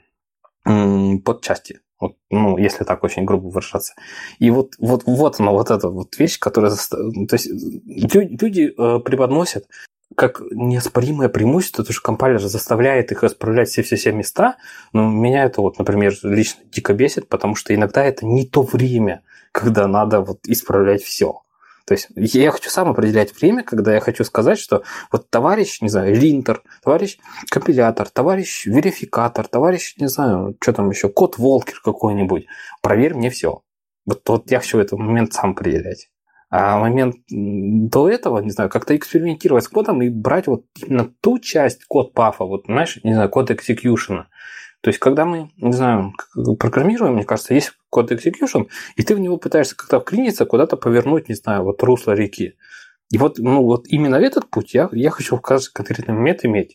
подчасти. Вот, ну, если так очень грубо выражаться. И вот она, вот эта вот вещь, которая... То есть люди преподносят как неоспоримое преимущество, то, что компайлер заставляет их исправлять все места, но меня это вот, например, лично дико бесит, потому что иногда это не то время, когда надо вот исправлять все. То есть я хочу сам определять время, когда я хочу сказать, что вот товарищ, не знаю, линтер, товарищ компилятор, товарищ верификатор, товарищ, не знаю, что там еще, код волкер какой-нибудь, проверь мне все. Вот я хочу этот момент сам определять. А момент до этого, не знаю, как-то экспериментировать с кодом и брать вот именно ту часть код пафа, вот, знаешь, не знаю, код экзекьюшена. То есть, когда мы, не знаю, программируем, мне кажется, есть код execution, и ты в него пытаешься как-то вклиниться, куда-то повернуть, не знаю, вот русло реки. И вот именно этот путь я хочу в каждый конкретный момент иметь.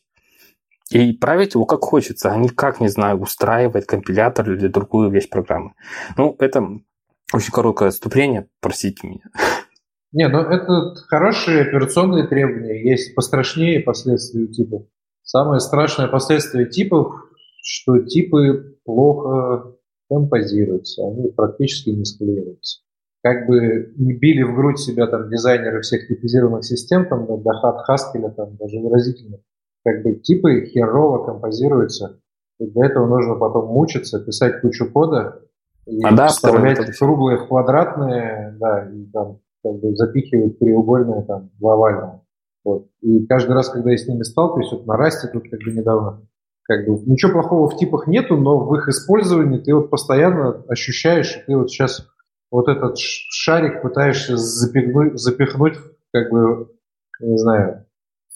И править его как хочется, а не как, не знаю, устраивать компилятор или другую вещь программы. Ну, это очень короткое отступление, простите меня. Не, ну это хорошие операционные требования, есть пострашнее последствия типов. Самое страшное последствие типов, что типы плохо композируются, они практически не склеиваются. Как бы не били в грудь себя там дизайнеры всех типизированных систем, там, до Haskell, там, даже выразительно, как бы типы херово композируются, и для этого нужно потом мучиться, писать кучу кода и вставлять круглые в квадратные, да, и там как бы запихивать треугольные там в овальные. Вот. И каждый раз, когда я с ними сталкиваюсь, вот на Расте тут как бы недавно, как бы ничего плохого в типах нету, но в их использовании ты вот постоянно ощущаешь, что ты вот сейчас вот этот шарик пытаешься запихнуть как бы, не знаю,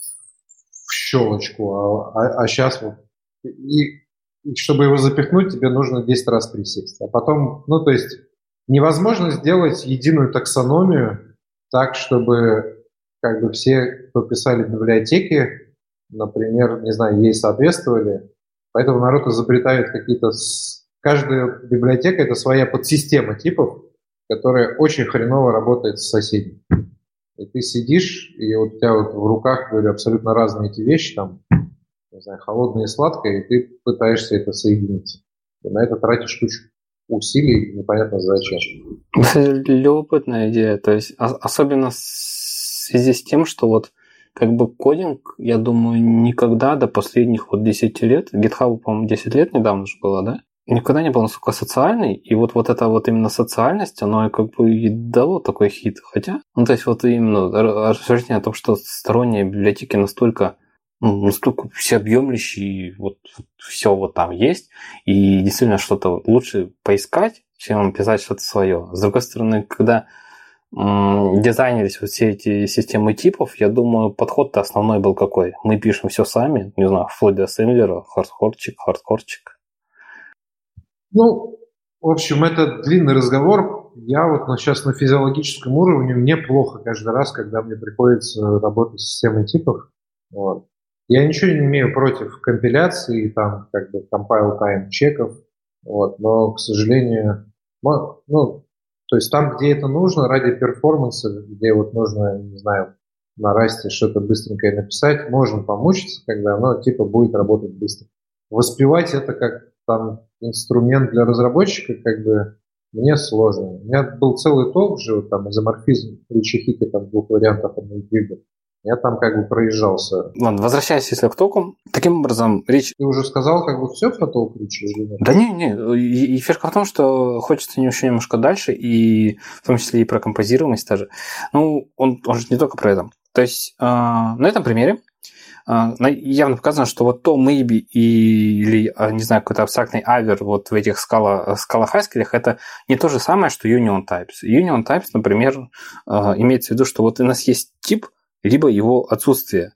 в щелочку, а сейчас вот и чтобы его запихнуть, тебе нужно 10 раз присесть. А потом, ну, то есть невозможно сделать единую таксономию так, чтобы как бы все, кто писали библиотеки, например, не знаю, ей соответствовали. Поэтому народ изобретает какие-то... Каждая библиотека – это своя подсистема типов, которая очень хреново работает с соседней. И ты сидишь, и вот у тебя вот в руках были абсолютно разные эти вещи, там, не знаю, холодное и сладкое, и ты пытаешься это соединить. И на это тратишь кучу усилий, непонятно зачем. Любопытная идея. То есть, особенно в связи с тем, что вот как бы кодинг, я думаю, никогда до последних вот 10 лет, GitHub, по-моему, 10 лет недавно же было, да? Никогда не был настолько социальный, и вот эта вот именно социальность, оно как бы и дало такой хит. Хотя, ну, то есть вот именно рассуждение о том, что сторонние библиотеки настолько всеобъемлющие, вот все вот там есть, и действительно что-то лучше поискать, чем писать что-то свое. С другой стороны, когда дизайнились вот все эти системы типов, я думаю, подход-то основной был какой? Мы пишем все сами, не знаю, вплоть до ассемблера, хардкорчик. Ну, В общем, это длинный разговор. Я вот сейчас на физиологическом уровне, мне плохо каждый раз, когда мне приходится работать с системой типов. Вот. Я ничего не имею против компиляции, там, как бы, compile time чеков, вот, но, к сожалению, то есть там, где это нужно, ради перформанса, где вот нужно, не знаю, на расте что-то быстренькое написать, можно помучиться, когда оно, типа, будет работать быстро. Воспевать это как там инструмент для разработчика, как бы, мне сложно. У меня был целый толк же, вот, там, изоморфизм Ричи Хики, там, двух вариантов на YouTube. Я там как бы проезжался. Ладно, возвращаясь, если к толку. Таким образом, речь... Ты уже сказал, как бы все про толк Ричи или нет? Да не. И фишка в том, что хочется еще немножко дальше, и в том числе и про композируемость тоже. Ну, он же не только про это. То есть на этом примере явно показано, что вот то maybe или, не знаю, какой-то абстрактный авер вот в этих скала-хаскелях это не то же самое, что union types. Union types, например, имеется в виду, что вот у нас есть тип, либо его отсутствие.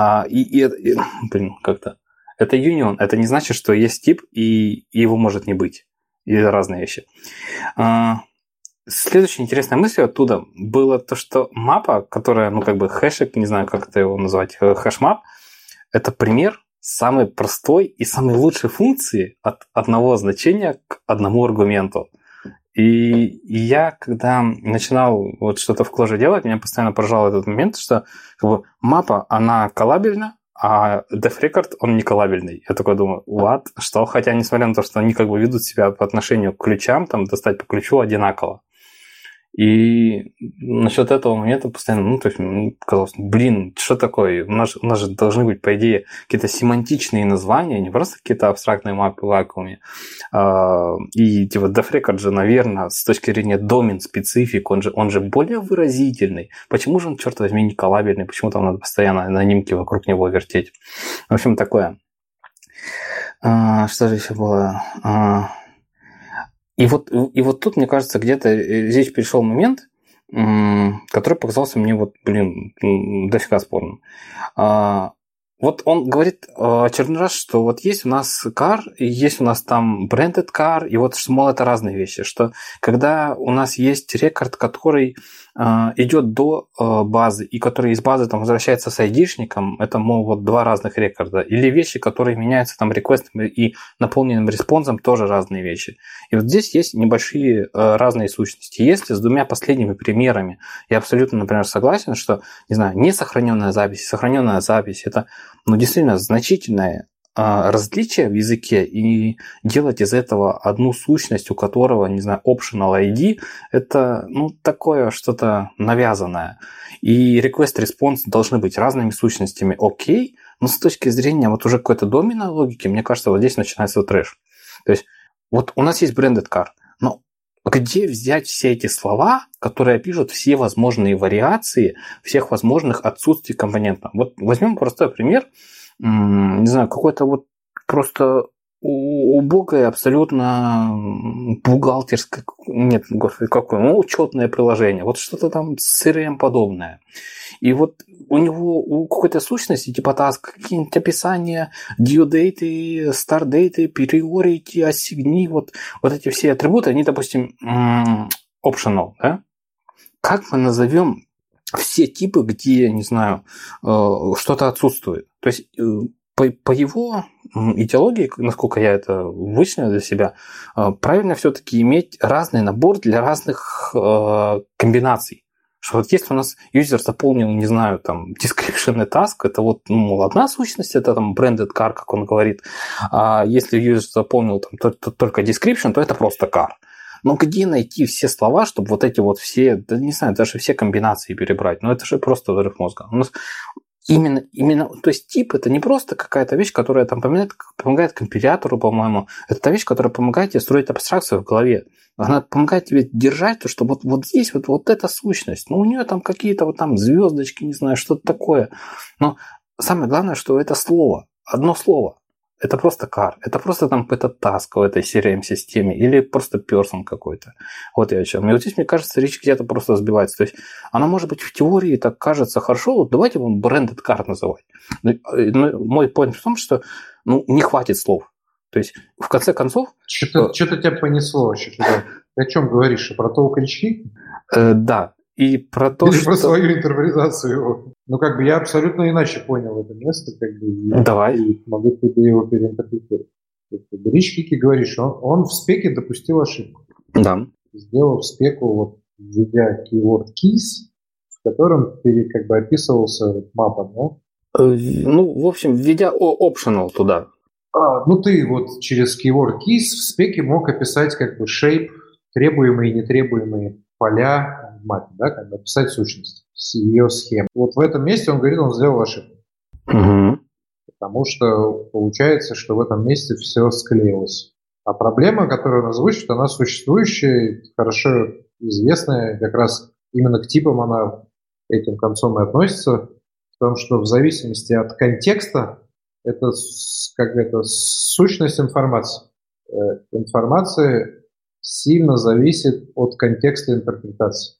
Как-то. Это union. Это не значит, что есть тип, и его может не быть. И разные вещи. Следующая интересная мысль оттуда было то, что мапа, которая, хэшик, не знаю, как это его назвать, хэшмап, это пример самой простой и самой лучшей функции от одного значения к одному аргументу. И я, когда начинал вот что-то в Clojure делать, меня постоянно поражал этот момент, что мапа, она коллабельна, а def-record, он не коллабельный. Я такой думаю, what? Что? Хотя, несмотря на то, что они ведут себя по отношению к ключам, там, достать по ключу одинаково. И насчет этого момента постоянно, мне казалось, что такое? У нас же должны быть, по идее, какие-то семантичные названия, не просто какие-то абстрактные мапы в вакууме. И def-record же, наверное, с точки зрения домен-специфик, он же более выразительный. Почему же он, черт возьми, не коллабельный? Почему там надо постоянно анонимки вокруг него вертеть? В общем, такое. Что же еще было? И вот тут, мне кажется, где-то здесь перешел момент, который показался мне дофига спорным. Вот он говорит очередной раз, что вот есть у нас car, и есть у нас там branded car, и вот, что, мол, это разные вещи, что когда у нас есть рекорд, который идет до базы, и который из базы там возвращается с айдишником, это, мол, вот два разных рекорда. Или вещи, которые меняются там реквестом и наполненным респонсом, тоже разные вещи. И вот здесь есть небольшие разные сущности. Если с двумя последними примерами я абсолютно, например, согласен, что, не знаю, несохраненная запись, сохраненная запись, это действительно значительное различие в языке, и делать из этого одну сущность, у которого, не знаю, optional ID, это, такое что-то навязанное. И request-response должны быть разными сущностями, окей, но с точки зрения вот уже какой-то доменной логики, мне кажется, вот здесь начинается трэш. То есть вот у нас есть branded car, но где взять все эти слова, которые опишут все возможные вариации всех возможных отсутствий компонента? Вот возьмем простой пример. Не знаю, какой-то вот просто убогое, абсолютно бухгалтерское, нет, господи, какое, учетное приложение, вот что-то там CRM подобное. И вот у какой-то сущности, типа task, какие-нибудь описания, due date, start date, priority, assign, вот эти все атрибуты, они, допустим, optional, да? Как мы назовем все типы, где, не знаю, что-то отсутствует? То есть по его идеологии, насколько я это вычленил для себя, правильно все-таки иметь разный набор для разных комбинаций. Что вот если у нас юзер заполнил, не знаю, там, description и task, это вот, одна сущность, это там branded car, как он говорит. А если юзер заполнил там, только description, то это просто car. Но где найти все слова, чтобы вот эти вот все, да не знаю, даже все комбинации перебрать? Это же просто взрыв мозга. У нас именно, то есть тип это не просто какая-то вещь, которая там помогает компилятору, по-моему. Это та вещь, которая помогает тебе строить абстракцию в голове. Она помогает тебе держать то, что вот здесь вот эта сущность. У нее там какие-то вот там звездочки, не знаю, что-то такое. Но самое главное, что это слово. Одно слово. Это просто car, это просто там какой-то task в этой CRM-системе или просто person какой-то. Вот я о чем. И вот здесь, мне кажется, речь где-то просто сбивается. То есть она, может быть, в теории так кажется хорошо, вот давайте его branded car называть. Но мой point в том, что не хватит слов. То есть, в конце концов... Что-то тебя понесло вообще. Ты о чем говоришь? Про толк речки? Да. И про то, или что... про свою интерпретацию его. Ну, как бы я абсолютно иначе понял это место, как бы, Давай. и могу тебе его переинтерпретировать. Рич Кики говорит, что он в спеке допустил ошибку. Да. Сделал в спеку, вот, введя keyword keys, в котором как бы описывался мапа, да? Ну, в общем, введя optional туда. Ну, ты вот через keyword keys в спеке мог описать как бы shape, требуемые и нетребуемые поля в мапе, да, как бы описать сущность, ее схему. Вот в этом месте он говорит, он сделал ошибку. Угу. Потому что получается, что в этом месте все склеилось. А проблема, которую он озвучит, она существующая, хорошо известная, как раз именно к типам она этим концом и относится, в том, что в зависимости от контекста это сущность информации. Информация сильно зависит от контекста интерпретации.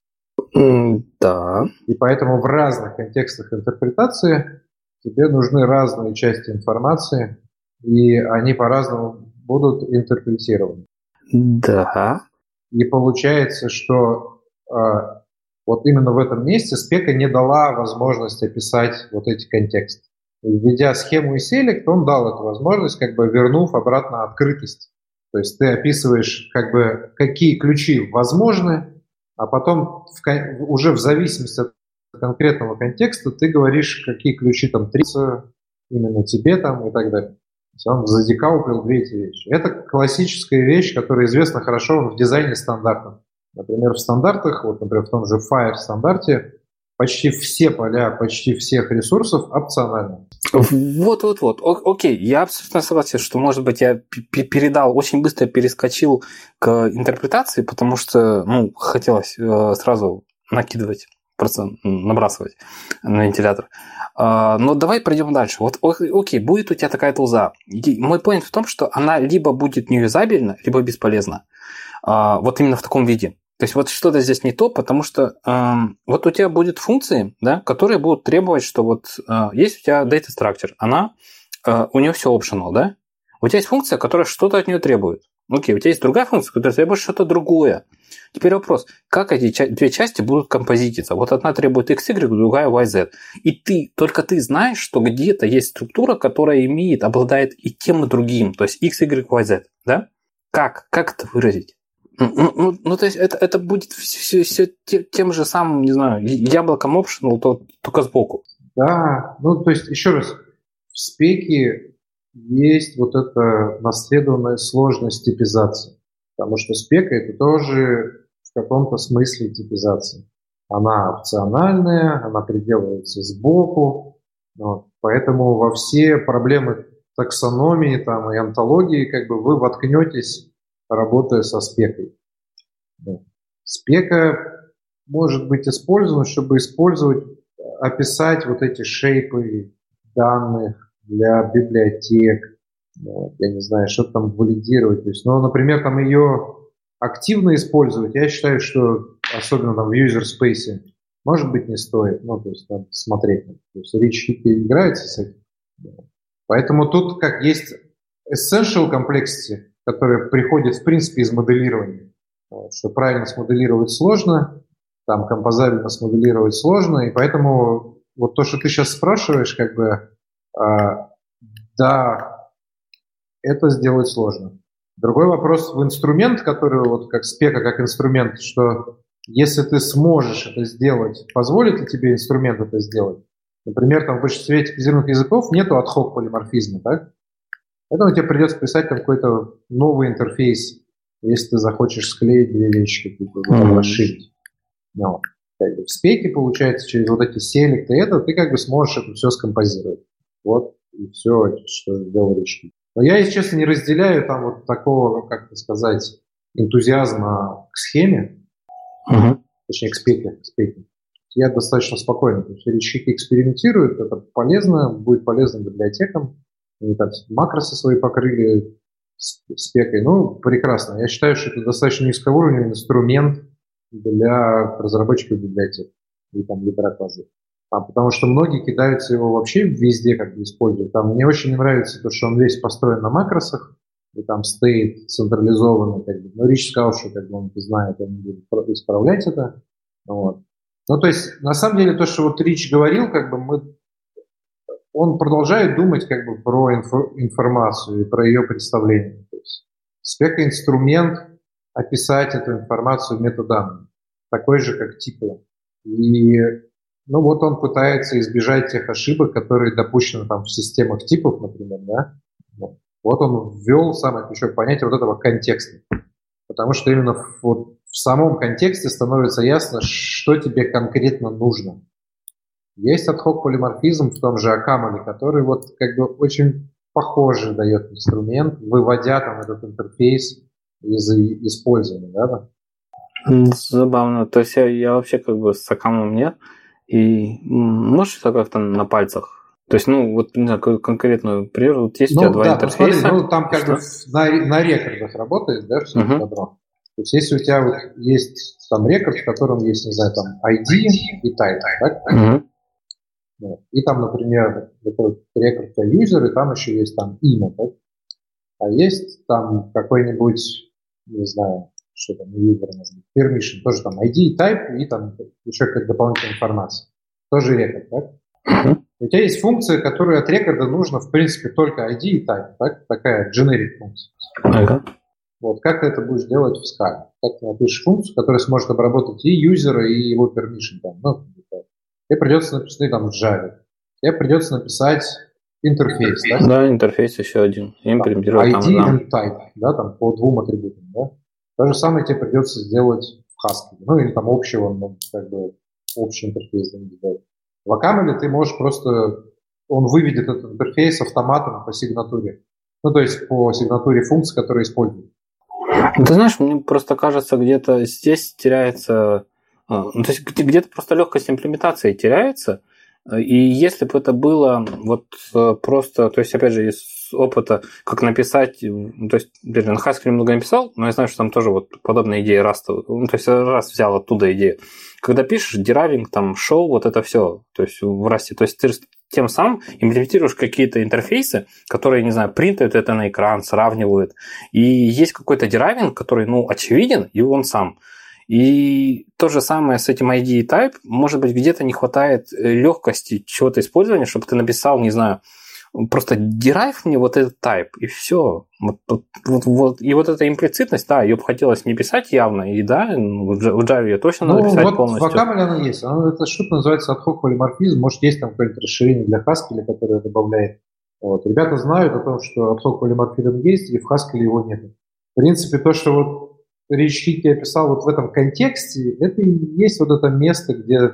Да. И поэтому в разных контекстах интерпретации тебе нужны разные части информации, и они по-разному будут интерпретированы. Да. И получается, что вот именно в этом месте спека не дала возможность описать вот эти контексты. Введя схему и селект, он дал эту возможность, как бы вернув обратно открытость. То есть ты описываешь, как бы, какие ключи возможны, а потом уже в зависимости от конкретного контекста ты говоришь, какие ключи там требуются именно тебе там и так далее. Он задекауплил две эти вещи. Это классическая вещь, которая известна хорошо в дизайне стандартов. Например, в стандартах, вот, например, в том же Fire стандарте, почти все поля, почти всех ресурсов опциональны. Вот. Окей, я абсолютно согласен, что, может быть, я передал, очень быстро перескочил к интерпретации, потому что, хотелось сразу накидывать, просто набрасывать на вентилятор. Но давай пройдем дальше. Вот, окей, будет у тебя такая тулза. Мой поинт в том, что она либо будет неюзабельна, либо бесполезна. Вот именно в таком виде. То есть вот что-то здесь не то, потому что вот у тебя будут функции, да, которые будут требовать, что вот есть у тебя data structure, у нее все optional, да? У тебя есть функция, которая что-то от нее требует. Окей, у тебя есть другая функция, которая требует что-то другое. Теперь вопрос, как эти две части будут композититься? Вот одна требует XY, другая YZ. И только ты знаешь, что где-то есть структура, которая обладает и тем, и другим. То есть XY, YZ, да? Как это выразить? То есть это будет все тем же самым, не знаю, яблоком optional, только сбоку. Да, то есть еще раз, в спеке есть вот эта наследованная сложность типизации. Потому что спека – это тоже в каком-то смысле типизация. Она опциональная, она приделывается сбоку. Поэтому во все проблемы таксономии там, и онтологии как бы вы воткнетесь, работая со спекой. Спека может быть использована, чтобы описать вот эти шейпы данных для библиотек, я не знаю, что там валидировать. То есть, например, там ее активно использовать, я считаю, что особенно там в user space, может быть, не стоит. То есть, надо смотреть. То есть, Rich Hippie играется с этим. Поэтому тут как есть essential complexity, которая приходит, в принципе, из моделирования. Что правильно смоделировать сложно, там композабельно смоделировать сложно, и поэтому вот то, что ты сейчас спрашиваешь, как бы, да, это сделать сложно. Другой вопрос в инструмент, который вот как спека, как инструмент, что если ты сможешь это сделать, позволит ли тебе инструмент это сделать? Например, там в большинстве типизированных языков нету ad-hoc полиморфизма, так? Поэтому тебе придется писать какой-то новый интерфейс, если ты захочешь склеить две вещи какие-то, расширить. Как бы в спеке, получается, через вот эти селекты, ты как бы сможешь это все скомпозировать. Вот и все, что сделал Rich Hippie. Но я, если честно, не разделяю там вот такого, как это сказать, энтузиазма к схеме, точнее, к спеке. Я достаточно спокойно. То есть Rich Hippie экспериментирует, это полезно, будет полезно библиотекам. Они там макросы свои покрыли спекой. Прекрасно. Я считаю, что это достаточно низкоуровневый инструмент для разработчиков библиотек и там литературы. Потому что многие кидаются его вообще везде, как бы используют. Там мне очень не нравится то, что он весь построен на макросах. и там стоит централизованный, как бы, но Рич сказал, что как бы он знает, он будет исправлять это. Вот. Ну, то есть, на самом деле, то, что вот Рич говорил, как бы он продолжает думать как бы про информацию и про ее представление. То есть, спека-инструмент описать эту информацию в метаданных, такой же, как типы. И ну вот он пытается избежать тех ошибок, которые допущены там в системах типов, например, да. Вот он ввел самое ключевое понятие вот этого контекста. Потому что именно вот в самом контексте становится ясно, что тебе конкретно нужно. Есть ad-hoc полиморфизм в том же Акамле, который вот как бы очень похожий дает инструмент, выводя там этот интерфейс из использования, да? Забавно. То есть я вообще как бы с Акамлом нет. И можешь это как-то на пальцах? То есть, ну, вот, не знаю, конкретную пример. Вот есть у тебя два интерфейса. Посмотри, ну, там как бы на рекордах работает, да, все это добро. То есть, если у тебя вот есть там рекорд, в котором есть, не знаю, там ID и type, так? Вот. И там, например, такой рекорд user, и там еще есть там имя, так? А есть там какой-нибудь, не знаю, что там, user, permission, тоже там ID, type, и там еще какая-то дополнительная информация. Тоже рекорд, так? У тебя есть функция, которая от рекорда нужна, в принципе, только ID и type, так? Такая generic функция. Вот, как ты это будешь делать в Scala? Как ты напишешь функцию, которая сможет обработать и юзера, и его permission, там, ну, тебе придется написать там в Java. Тебе придется написать интерфейс, да? Да, интерфейс еще один. Имплементировать ID and type, да, там по двум атрибутам, да? То же самое тебе придется сделать в Haskell. Ну, или там общего, ну, как бы, общий интерфейс. В Акамле ты можешь просто, он выведет этот интерфейс автоматом по сигнатуре. Ну, то есть по сигнатуре функций, которые используют. Ты знаешь, мне просто кажется, где-то здесь теряется, то есть где-то просто легкость имплементации теряется. И если бы это было вот просто, то есть, опять же, из опыта, как написать, то есть, на Haskell много не писал, но я знаю, что там тоже вот подобная идея Rust, ну, то есть, раз взял оттуда идею. Когда пишешь деравинг, там, show, вот это все, то есть, в Rust, то есть, ты тем самым имплементируешь какие-то интерфейсы, которые, не знаю, принтают это на экран, сравнивают. И есть какой-то деравинг, который, ну, очевиден, и он сам. И то же самое с этим ID и type. Может быть, где-то не хватает легкости чего-то использования, чтобы ты написал, не знаю, просто derive мне вот этот type, и все. Вот. И вот эта имплицитность, да, ее бы хотелось не писать явно, и да, в Java ее точно надо писать вот полностью. В Акамле она есть. Эта штука называется ad-hoc полиморфизм. Может, есть там какое-то расширение для Haskell, которое добавляет. Вот. Ребята знают о том, что ad-hoc полиморфизм есть, и в Haskell его нет. В принципе, то, что вот Рич Хикки описал вот в этом контексте, это и есть вот это место, где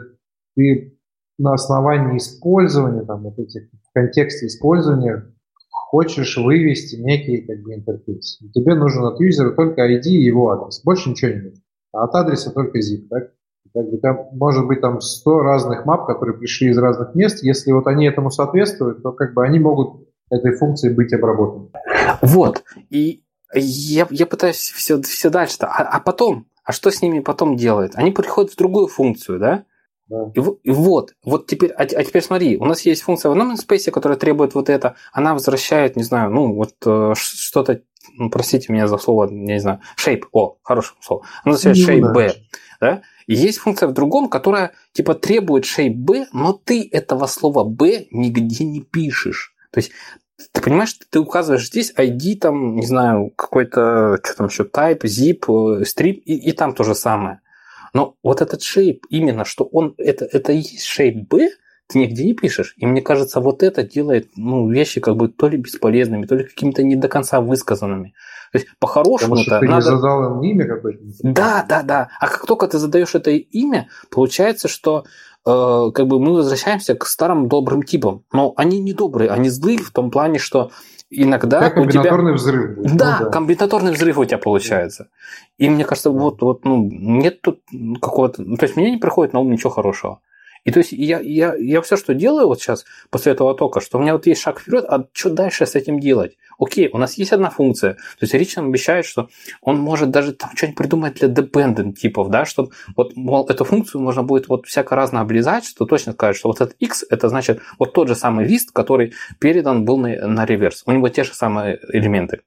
ты на основании использования, там, вот этих, в контексте использования хочешь вывести некий как бы интерфейс. Тебе нужен от юзера только ID и его адрес. Больше ничего не нужно. А от адреса только zip. Так? Как бы там, может быть там 100 разных мап, которые пришли из разных мест. Если вот они этому соответствуют, то как бы они могут этой функцией быть обработаны. Вот. И я пытаюсь все дальше-то. А потом? А что с ними потом делает? Они переходят в другую функцию, да? Да. И вот теперь, теперь смотри, у нас есть функция в namespace, которая требует вот это, она возвращает, не знаю, ну вот что-то, ну, простите меня за слово, не знаю, shape, хорошее слово, она возвращает shape b, да? И есть функция в другом, которая типа требует shape b, но ты этого слова b нигде не пишешь. То есть ты понимаешь, ты указываешь здесь ID, там, не знаю, какой-то, что там еще, type, zip, strip, и там то же самое. Но вот этот shape, именно, что он, это и есть shape B, ты нигде не пишешь. И мне кажется, вот это делает, ну, вещи как бы то ли бесполезными, то ли какими-то не до конца высказанными. То есть, по-хорошему-то... Потому что ты не задал им имя какое-то. Да. А как только ты задаешь это имя, получается, что как бы мы возвращаемся к старым добрым типам. Но они не добрые, они злые в том плане, что иногда у тебя... Комбинаторный взрыв будет. Да, комбинаторный взрыв у тебя получается. И мне кажется, вот, нет тут какого-то... То есть, мне не приходит на ум ничего хорошего. И то есть, я все, что делаю вот сейчас, после этого тока, что у меня вот есть шаг вперед, а что дальше с этим делать? Окей, у нас есть одна функция. То есть, Рич нам обещает, что он может даже там что-нибудь придумать для dependent типов, да, чтобы вот, мол, эту функцию можно будет вот всяко-разно облизать, что точно сказать, что вот этот x, это значит вот тот же самый лист, который передан был на реверс. У него те же самые элементы.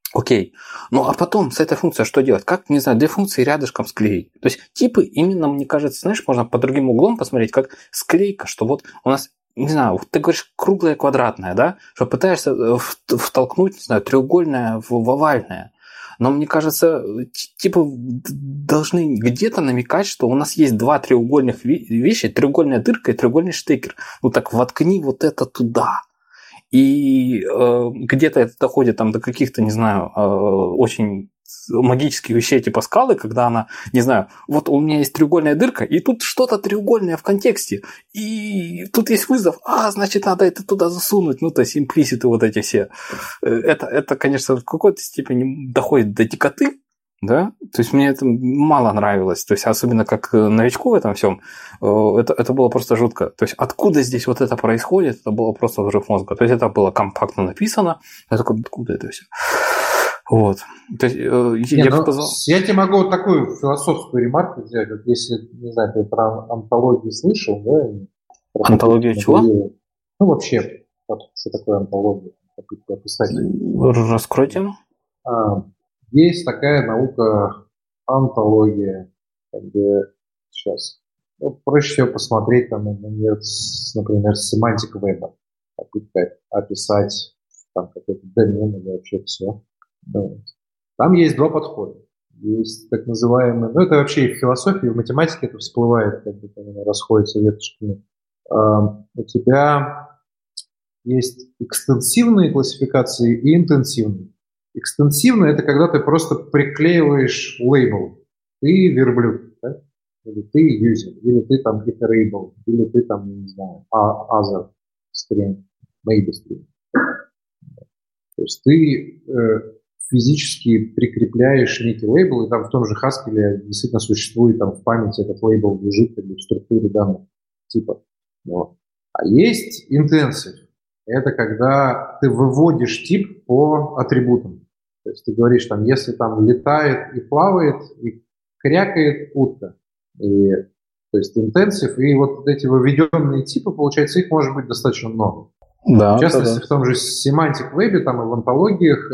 Окей. Ну, а потом с этой функцией что делать? Как, не знаю, две функции рядышком склеить? То есть типы именно, мне кажется, знаешь, можно под другим углом посмотреть, как склейка, что вот у нас, не знаю, ты говоришь круглое, квадратное, да? Что пытаешься втолкнуть, не знаю, треугольное в овальное. Но мне кажется, типа должны где-то намекать, что у нас есть два треугольных вещи, треугольная дырка и треугольный штекер. Ну так воткни вот это туда. И где-то это доходит там до каких-то, не знаю, очень магических вещей типа скалы, когда она, не знаю, вот у меня есть треугольная дырка, и тут что-то треугольное в контексте, и тут есть вызов, значит, надо это туда засунуть, ну, то есть имплиситы вот эти все. Это, конечно, в какой-то степени доходит до дикоты, да, то есть мне это мало нравилось, то есть особенно как новичку в этом всем, это было просто жутко. То есть откуда здесь вот это происходит, это было просто взрыв мозга. То есть это было компактно написано, я такой, откуда это все? Вот. То есть, я тебе могу вот такую философскую ремарку взять, вот если, не знаю, ты про антологию слышал, да? Антологию чего? Ну, вообще, что такое антология? Попытка описать. Раскройте. Есть такая наука антология, сейчас. Проще всего посмотреть, там, например, семантика веба, попытка описать там какой-то домен или вообще все. Там есть два подхода. Есть так называемые, это вообще и в философии, и в математике это всплывает, как бы там расходятся веточками. У тебя есть экстенсивные классификации и интенсивные. Экстенсивно – это когда ты просто приклеиваешь лейбл. Ты верблюд, да? Или ты юзер, или ты там iterable, или ты там, не знаю, other string, maybe string. То есть ты физически прикрепляешь некий лейбл, и там в том же Haskell действительно существует там в памяти этот лейбл лежит в структуре данных типа. Вот. А есть intensive. Это когда ты выводишь тип по атрибутам. То есть ты говоришь, там, если там летает и плавает, и крякает утка. И, то есть интенсив, и вот эти выведенные типы, получается, их может быть достаточно много. Да, в частности, в том же Semantic Web, там и в антологиях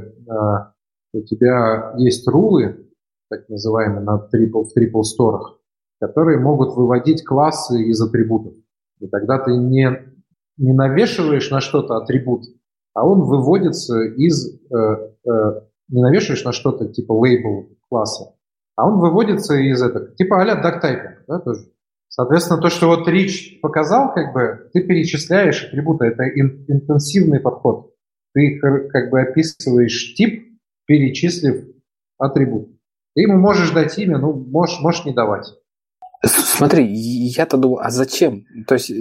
у тебя есть рулы, так называемые, в triple сторах, которые могут выводить классы из атрибутов. И тогда ты не навешиваешь на что-то атрибут, а он выводится из... не навешиваешь на что-то типа лейбл класса, а он выводится из этого, типа а-ля duck-typing, да, тоже. Соответственно, то, что вот Рич показал, как бы, ты перечисляешь атрибуты, это интенсивный подход. Ты как бы описываешь тип, перечислив атрибут. Ты ему можешь дать имя, можешь не давать. Смотри, я-то думаю, а зачем? То есть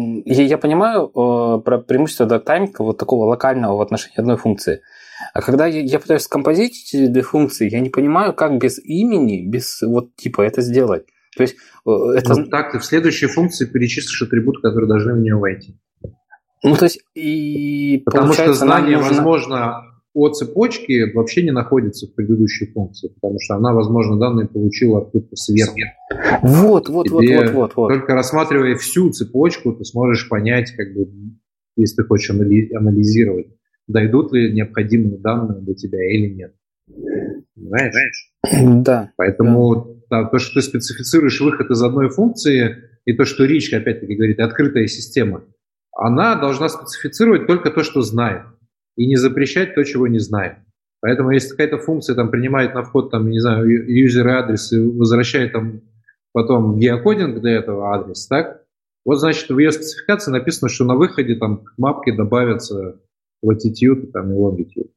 я понимаю про преимущество дактаймика вот такого локального в отношении одной функции. А когда я пытаюсь скомпозитить эти две функции, я не понимаю, как без имени, без вот типа это сделать. То есть это... так ты в следующей функции перечислишь атрибут, который должны в нее войти. Ну, то есть, и потому что знание, возможно, о цепочке вообще не находится в предыдущей функции, потому что она, возможно, данные получила откуда-то сверху. Вот. Только рассматривая всю цепочку, ты сможешь понять, как бы, если ты хочешь анализировать, дойдут ли необходимые данные до тебя или нет. Понимаешь? Да. Поэтому то, что ты специфицируешь выход из одной функции, и то, что Рич, опять-таки, говорит, открытая система, она должна специфицировать только то, что знает, и не запрещать то, чего не знает. Поэтому, если какая-то функция там принимает на вход, там, не знаю, юзер адрес и возвращает там потом геокодинг до этого адреса, так? Вот, значит, в ее спецификации написано, что на выходе там к мапке добавятся latitude там, и longitude.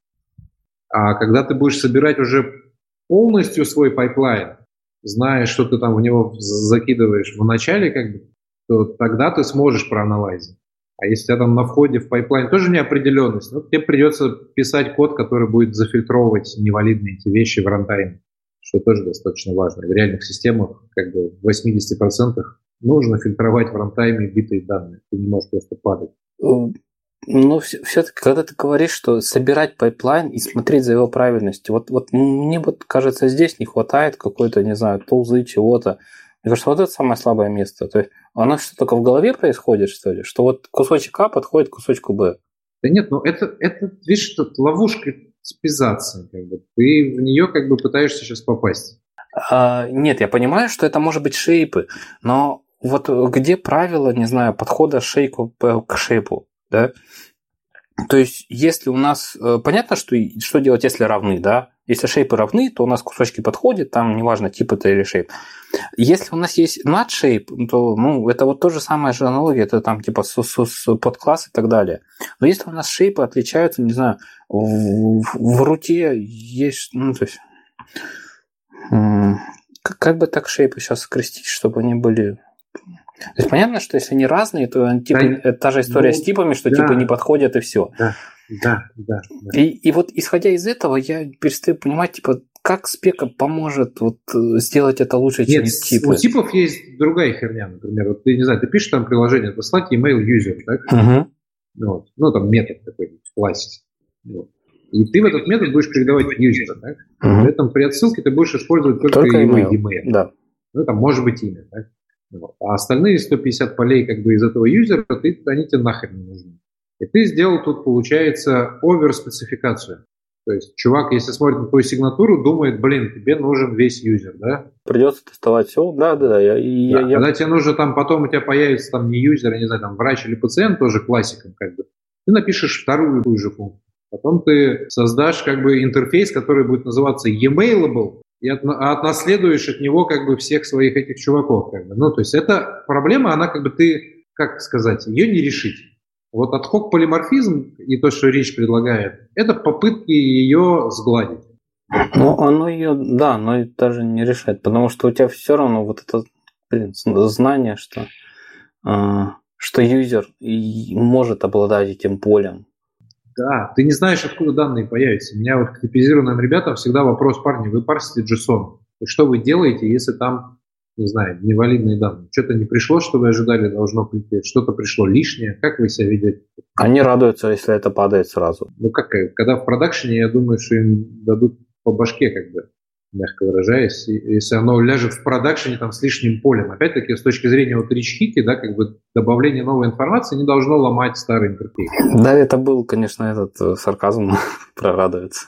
А когда ты будешь собирать уже полностью свой пайплайн, зная, что ты там в него закидываешь в начале, как бы, то тогда ты сможешь проанализить. А если у тебя там на входе в пайплайн тоже неопределенность, тебе придется писать код, который будет зафильтровывать невалидные эти вещи в рантайме, что тоже достаточно важно. В реальных системах как бы в 80% нужно фильтровать в рантайме битые данные. Ты не можешь просто падать. Но все-таки, когда ты говоришь, что собирать пайплайн и смотреть за его правильностью, вот мне вот кажется, здесь не хватает какой-то, не знаю, тулзы, чего-то. Мне кажется, вот это самое слабое место. То есть оно что, только в голове происходит, что ли? Что вот кусочек А подходит к кусочку Б? Да нет, это видишь, что ловушка типизация, как бы. Ты в нее как бы пытаешься сейчас попасть. Нет, я понимаю, что это может быть шейпы, но вот где правило, не знаю, подхода к шейпу, да? То есть, если у нас... Понятно, что делать, если равны, да? Если шейпы равны, то у нас кусочки подходят, там неважно, тип это или шейп. Если у нас есть надшейп, то это вот то же самое же аналогия, это там типа подкласс и так далее. Но если у нас шейпы отличаются, не знаю, в руте есть... то есть, как бы так шейпы сейчас скрестить, чтобы они были... То есть понятно, что если они разные, то это та же история с типами, что типы не подходят и все. Да. И вот исходя из этого, я перестаю понимать, типа, как спека поможет вот сделать это лучше, чем типы. У типов есть другая херня, например. Вот ты, не знаю, ты пишешь там приложение, послать email user, так? Угу. Вот. Там метод такой в классе. Вот. И ты в этот метод будешь передавать юзера, так? При этом при отсылке ты будешь использовать только его email. Да. Там может быть имя, так? Вот. А остальные 150 полей как бы из этого юзера, они тебе нахрен не нужны. И ты сделал тут, получается, оверспецификацию. То есть чувак, если смотрит на твою сигнатуру, думает, тебе нужен весь юзер, да? Придется тестовать все. Да. Когда тебе нужно потом у тебя появится не юзер, не знаю, врач или пациент, тоже классиком как бы. Ты напишешь вторую же функцию. Потом ты создашь как бы интерфейс, который будет называться emailable, и отнаследуешь от него как бы всех своих этих чуваков. Как бы. То есть эта проблема, она как бы ее не решить. Вот ad-hoc полиморфизм и то, что Рич предлагает, это попытки ее сгладить. Оно ее, но это даже не решает, потому что у тебя все равно вот это знание, что юзер может обладать этим полем. Да, ты не знаешь, откуда данные появятся. У меня вот к типизированным ребятам всегда вопрос: парни, вы парсите JSON. Что вы делаете, если там, не знаю, невалидные данные? Что-то не пришло, что вы ожидали, должно прийти. Что-то пришло лишнее. Как вы себя ведете? Они радуются, если это падает сразу. Когда в продакшене, я думаю, что им дадут по башке, как бы, мягко выражаясь, если оно ляжет в продакшене с лишним полем. Опять-таки, с точки зрения рич-хики, как бы добавление новой информации не должно ломать старый интерфейс. Да, это был, конечно, этот сарказм про радуется.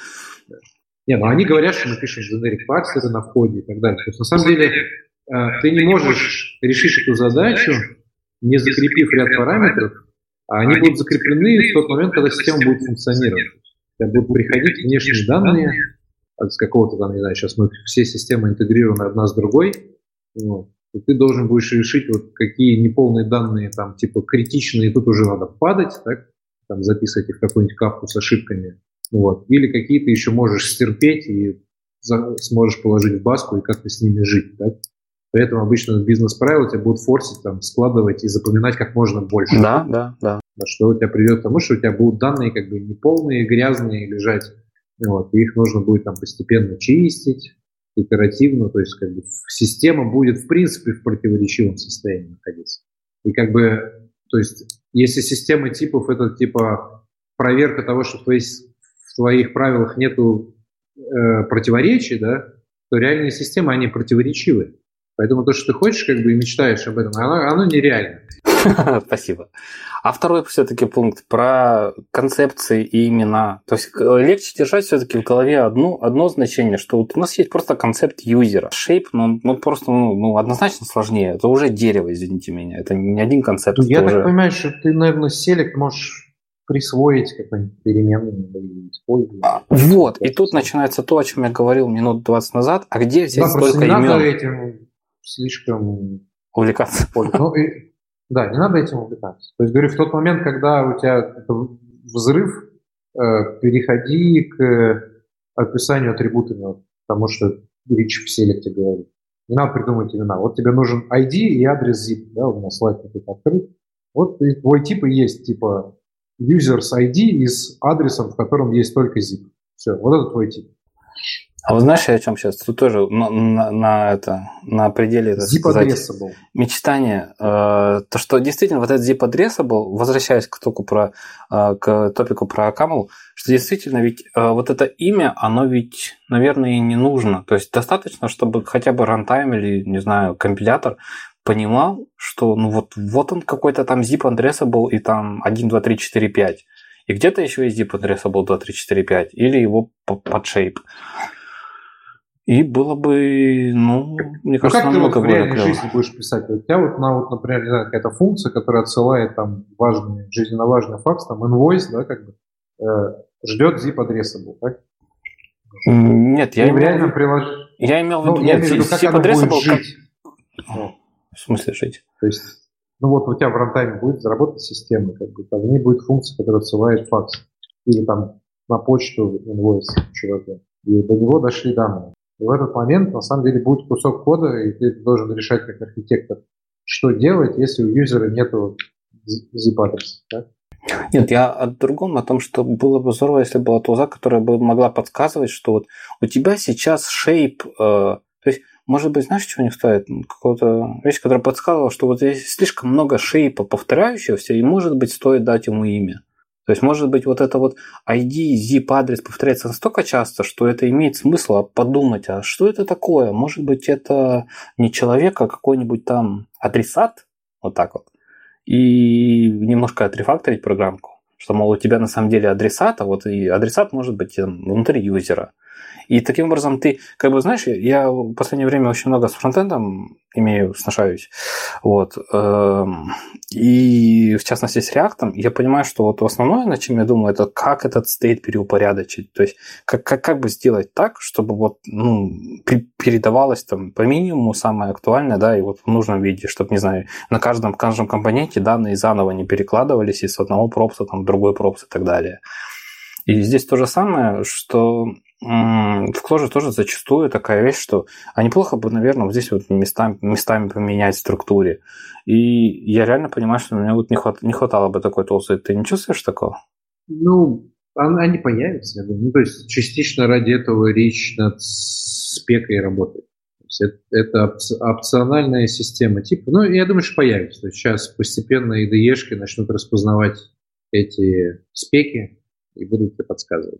Они говорят, что мы пишем generic парсеры на входе и так далее. То есть, на самом деле, ты не можешь решить эту задачу, не закрепив ряд параметров, а они будут закреплены в тот момент, когда система будет функционировать. У тебя будут приходить внешние данные с какого-то не знаю, сейчас мы все системы интегрированы одна с другой, и ты должен будешь решить, какие неполные данные типа критичные, тут уже надо падать, так, записывать их в какую-нибудь капку с ошибками, или какие-то еще можешь стерпеть и сможешь положить в баску и как-то с ними жить, так. При этом обычно бизнес-правила тебя будут форсить складывать и запоминать как можно больше. Да. Что у тебя придет к тому, что у тебя будут данные как бы неполные, грязные лежать, и их нужно будет постепенно чистить, итеративно, то есть как бы система будет в принципе в противоречивом состоянии находиться. И как бы, то есть если система типов это типа проверка того, что в твоих правилах нету противоречий, да, то реальные системы, они противоречивы. Поэтому то, что ты хочешь как бы и мечтаешь об этом, оно нереально. Спасибо. А второй все-таки пункт про концепции и имена. То есть легче держать все-таки в голове одно значение, что у нас есть просто концепт юзера. Shape, просто однозначно сложнее. Это уже дерево, извините меня. Это не один концепт. Я так понимаю, что ты, наверное, селект можешь присвоить какой-нибудь переменную и использовать. Вот. И тут начинается то, о чем я говорил минут 20 назад. А где взять столько имен? Не надо этим слишком увлекаться. Да, не надо этим увлекаться. То есть, говорю, в тот момент, когда у тебя взрыв, переходи к описанию атрибутами, потому что Рич в селекте говорит. Не надо придумывать имена. Вот тебе нужен ID и адрес zip. Да, у меня слайд какой-то открыт. Вот твой тип и есть типа users ID и с адресом, в котором есть только zip. Все, вот это твой тип. А вы знаешь, о чем сейчас? Тут тоже на пределе zip-addressable мечтания. То, что действительно вот этот zip-addressable, возвращаясь к топику про Camel, что действительно ведь вот это имя, оно ведь, наверное, и не нужно. То есть достаточно, чтобы хотя бы runtime или, не знаю, компилятор понимал, что вот он какой-то там zip-addressable и там 1, 2, 3, 4, 5. и где-то еще есть zip-addressable 2, 3, 4, 5, или его под shape. И было бы, мне кажется, как ты намного в более реальной клево. жизни будешь писать? У тебя например, не знаю, какая-то функция, которая отсылает там жизненно важный факс, там invoice, да, ждет zip-addressable, так? Нет, я в реальном приложении... Я имел в виду... я имею в виду, как оно будет жить. В смысле жить? То есть, у тебя в рантайме будет заработать система, там в ней будет функция, которая отсылает факс. Или там на почту invoice чувака. И до него дошли данные. И в этот момент, на самом деле, будет кусок кода, и ты должен решать как архитектор, что делать, если у юзера нету zip-адреса. Да? Нет, я о другом, о том, что было бы здорово, если была тулза, которая бы могла подсказывать, что вот у тебя сейчас shape, то есть, может быть, знаешь, чего не стоит? Какую-то вещь, которая подсказывала, что вот здесь слишком много шейпа повторяющегося, и, может быть, стоит дать ему имя. То есть, может быть, вот это вот ID, zip-адрес повторяется настолько часто, что это имеет смысл подумать, а что это такое? Может быть, это не человек, а какой-нибудь там адресат? Вот так вот. И немножко отрефакторить программку, что, мол, у тебя на самом деле адресат, а вот и адресат может быть внутри юзера. И таким образом ты, знаешь, я в последнее время очень много с фронтендом сношаюсь, вот, и в частности с React, я понимаю, что вот основное, над чем я думаю, это как этот стейт переупорядочить, то есть как бы сделать так, чтобы вот, передавалось там по минимуму самое актуальное, да, и вот в нужном виде, чтобы, не знаю, на каждом компоненте данные заново не перекладывались из одного пропса там, в другой пропс и так далее. И здесь то же самое, что в Clojure тоже зачастую такая вещь, что неплохо бы, наверное, вот здесь вот местами поменять в структуре. И я реально понимаю, что мне вот не хватало бы такой тулзы. Ты не чувствуешь такого? Они появятся, я думаю. То есть частично ради этого речь над спекой работает. То есть это опциональная система типа. Я думаю, что появится. То есть сейчас постепенно IDE-шки начнут распознавать эти спеки и будут тебе подсказывать.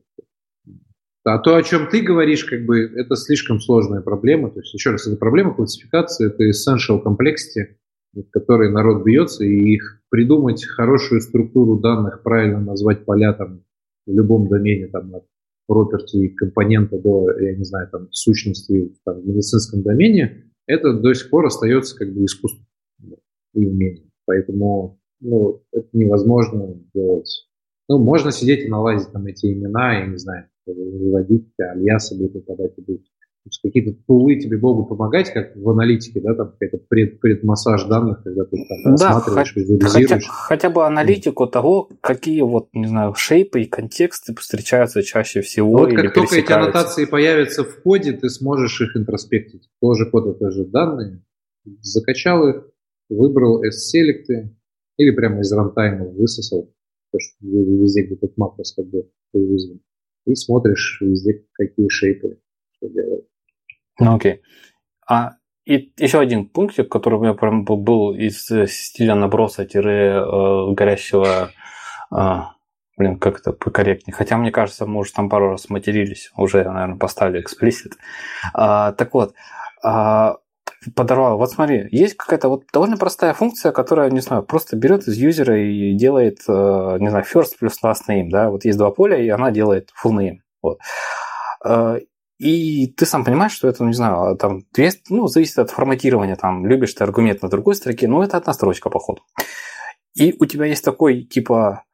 А то, о чем ты говоришь, это слишком сложная проблема. То есть, еще раз, это проблема классификации, это essential complexity, в которой народ бьется, и их придумать хорошую структуру данных, правильно назвать поля там в любом домене, там от property компонента до, я не знаю, там сущности в медицинском домене, это до сих пор остается искусством и умением. Поэтому это невозможно делать. Можно сидеть и наладить там эти имена, я не знаю, выводить альясы, будут выпадать, какие-то тулы тебе могут помогать, как в аналитике, да, там какой-то предмассаж данных, когда ты там рассматриваешь, визуализируешь. Хотя бы аналитику того, какие не знаю, шейпы и контексты встречаются чаще всего или как только эти аннотации появятся в коде, ты сможешь их интроспектить. Тоже код, это же данные. Закачал их, выбрал S-селекты или прямо из рантайма высосал, то, что везде где-то макрос вызван. И смотришь везде, какие шейпы, что делать. Окей. И еще один пунктик, который у меня прям был из стиля наброса-горящего, как это покорректнее. Хотя, мне кажется, мы уже там пару раз матерились, уже, наверное, поставили explicit. Так вот, подорвал. Вот смотри, есть какая-то довольно простая функция, которая, не знаю, просто берет из юзера и делает, не знаю, first плюс last name, да, вот есть два поля, и она делает full name. Вот. И ты сам понимаешь, что это, не знаю, там, зависит от форматирования, там, любишь ты аргумент на другой строке, это одна строчка, походу. И у тебя есть такой, типа,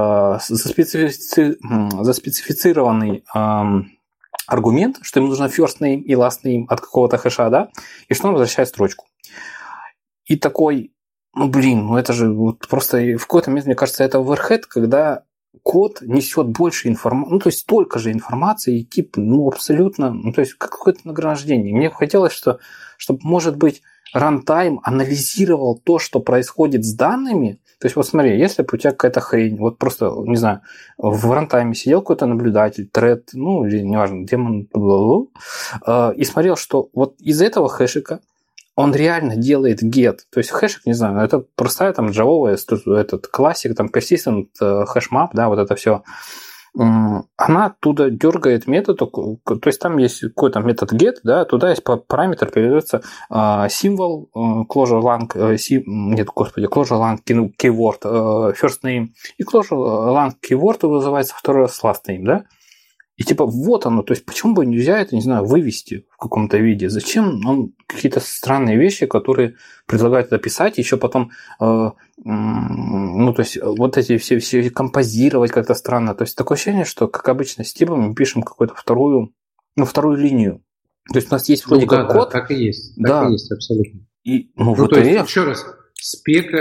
заспецифицированный аргумент, что ему нужно first name и last name от какого-то хэша, да, и что он возвращает строчку. И такой, это же просто в какой-то момент, мне кажется, это overhead, когда код несет больше информации, то есть столько же информации, и тип, абсолютно, то есть какое-то награждение. Мне хотелось, чтобы, может быть, рантайм анализировал то, что происходит с данными. То есть, вот смотри, если бы у тебя какая-то хрень, вот просто, не знаю, в рантайме сидел какой-то наблюдатель, тред, или, неважно, демон, и смотрел, что вот из этого хэшика он реально делает get. То есть хэшик, не знаю, это простая там джавовая, этот классик, там persistent hashmap, да, вот это все. она оттуда дергает метод, то есть там есть какой-то метод get, да, туда есть параметр, передается символ, closure lang, closure lang keyword, first name, и closure lang keyword вызывается второй раз last name, да. И типа вот оно, то есть почему бы нельзя это, не знаю, вывести в каком-то виде? Зачем нам какие-то странные вещи, которые предлагают это писать, еще потом, то есть вот эти все композировать как-то странно. То есть такое ощущение, что, как обычно, с типом мы пишем какую-то вторую линию. То есть у нас есть вроде как код. Да, так и есть. Так и есть, абсолютно. И, то есть, еще раз, спека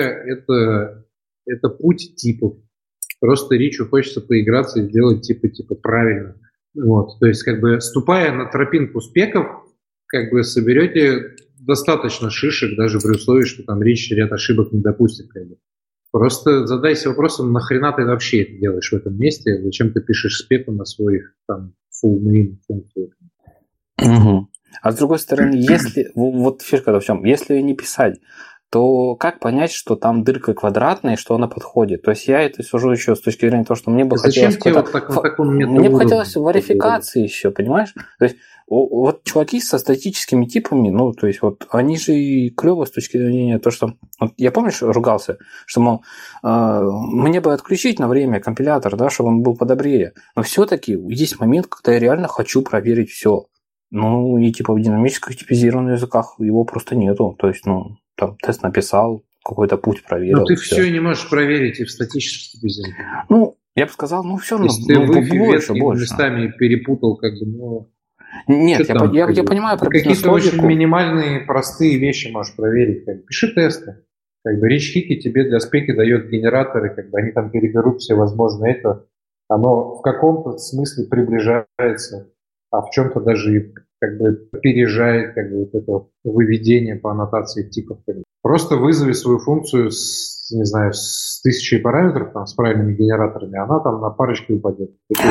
– это путь типов. Просто Ричу хочется поиграться и сделать типа правильно. Вот. То есть, как бы, ступая на тропинку спеков, как бы соберете достаточно шишек, даже при условии, что там Рич ряд ошибок не допустит. Как бы. Просто задайся вопросом, нахрена ты вообще это делаешь в этом месте, зачем ты пишешь спеку на своих там full name функцию. Угу. А с другой стороны, если, вот фишка в чем, если не писать, то как понять, что там дырка квадратная и что она подходит? То есть я это сужу еще с точки зрения того, что мне бы хотелось... Мне бы хотелось верификации еще, понимаешь? То есть вот чуваки со статическими типами, то есть вот они же и клево с точки зрения того, что... Вот я, помнишь, ругался, что, мол, мне бы отключить на время компилятор, да, чтобы он был подобрее. Но все-таки есть момент, когда я реально хочу проверить все. И типа в динамических типизированных языках его просто нету. То есть, там тест написал, какой-то путь проверил. Но ты все не можешь проверить и в статических типизированных. Я бы сказал, все равно. Если ты больше. Местами перепутал, как бы, Нет, я понимаю про какие-то очень минимальные, простые вещи можешь проверить. Как бы. Пиши тесты. Как бы RichKiki тебе для спеки дает генераторы, как бы они там переберут все возможные это. Оно в каком-то смысле приближается, а в чем-то даже и как бы опережает как бы вот это выведение по аннотации типов. Просто вызови свою функцию с 1000 параметров, там, с правильными генераторами, она там на парочке упадет.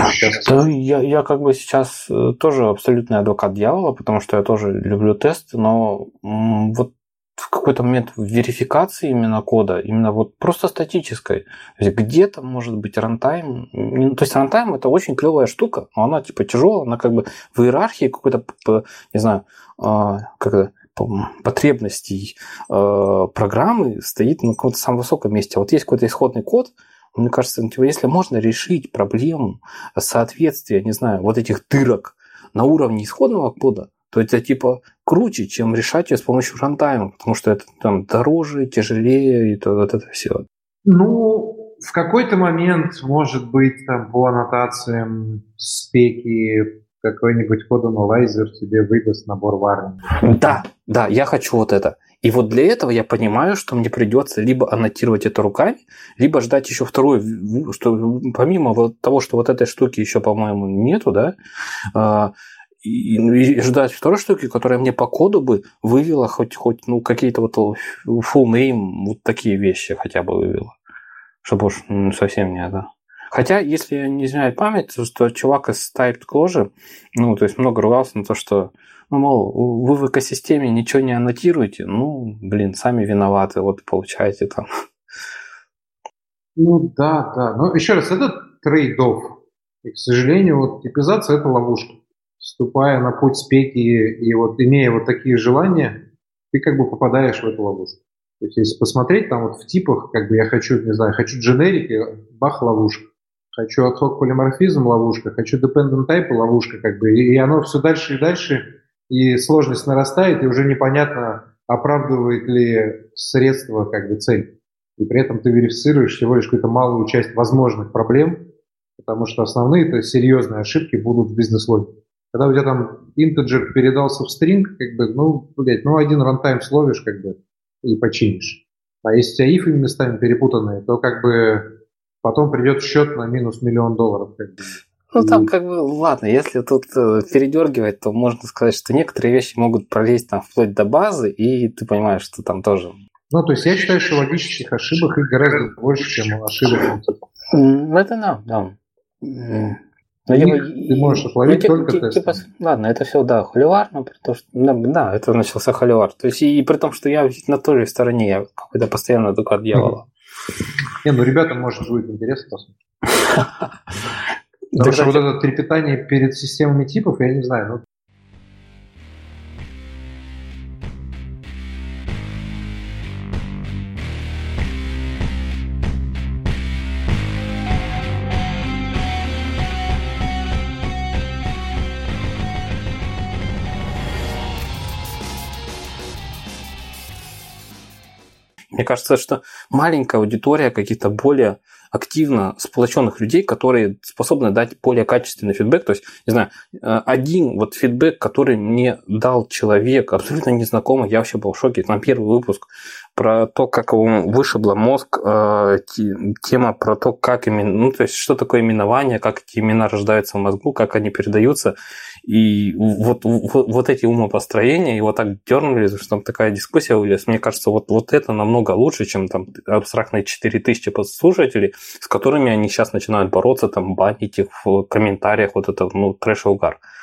Я как бы сейчас тоже абсолютный адвокат дьявола, потому что я тоже люблю тесты, но вот в какой-то момент верификации именно кода, именно вот просто статической. То есть где-то может быть рантайм. То есть рантайм это очень клевая штука, но она типа тяжелая, она как бы в иерархии какой-то, не знаю, потребностей программы стоит на каком-то самом высоком месте. Вот есть какой-то исходный код, мне кажется, если можно решить проблему соответствия, не знаю, вот этих дырок на уровне исходного кода, то это типа круче, чем решать ее с помощью рантайма, потому что это там дороже, тяжелее и вот это все. В какой-то момент, может быть, там по аннотациям спеки какой-нибудь код-аналайзер тебе выдаст набор warning. Да, я хочу вот это. И вот для этого я понимаю, что мне придется либо аннотировать это руками, либо ждать еще вторую, что помимо вот того, что вот этой штуки еще, по-моему, нету, да, и ждать второй штуки, которая мне по коду бы вывела хоть какие-то вот full name, вот такие вещи хотя бы вывела. Чтобы уж совсем не это. Хотя, если я не изменяю память, что чувак из Typed Closure, то есть много ругался на то, что, мол, вы в экосистеме ничего не аннотируете, сами виноваты, вот получаете там. Да. Но еще раз, это трейд-офф. И, к сожалению, вот типизация – это ловушка. Вступая на путь спеки и вот имея вот такие желания, ты как бы попадаешь в эту ловушку. То есть, если посмотреть, там вот в типах, как бы я хочу, не знаю, хочу дженерики, бах, ловушка. Хочу ad hoc полиморфизм, ловушка. Хочу dependent type, ловушка, как бы. И оно все дальше и дальше, и сложность нарастает, и уже непонятно, оправдывает ли средство, как бы, цель. И при этом ты верифицируешь всего лишь какую-то малую часть возможных проблем, потому что основные-то серьезные ошибки будут в бизнес-логике. Когда у тебя там интеджер передался в string, как бы, один рантайм словишь, как бы, и починишь. А если у тебя ифы местами перепутанные, то как бы потом придет счет на минус $1 миллион. Как бы. Там как бы, ладно, если тут передергивать, то можно сказать, что некоторые вещи могут пролезть там вплоть до базы, и ты понимаешь, что там тоже... то есть я считаю, что логических ошибок их гораздо больше, чем ошибок. Это да. Ты можешь отловить только тесты. Ладно, это все, да, холивар, но при том, что, да, это начался холивар. То есть, и при том, что я на той же стороне, я какой-то постоянно адвокат дьявола. Ребятам, может, будет интересно посмотреть. Потому что вот это трепетание перед системами типов, я не знаю, ну. Мне кажется, что маленькая аудитория каких-то более активно сплоченных людей, которые способны дать более качественный фидбэк. То есть, не знаю, один вот фидбэк, который мне дал человек, абсолютно незнакомый, я вообще был в шоке. Там первый выпуск про то, как его вышибло мозг, тема про то, как именно, ну, то есть, что такое именование, как эти имена рождаются в мозгу, как они передаются. И вот эти умопостроения его так дернули, что там такая дискуссия вылез. Мне кажется, вот это намного лучше, чем там абстрактные 4000 слушателей, с которыми они сейчас начинают бороться, там, банить их в комментариях, вот это, ну, трэш и угар.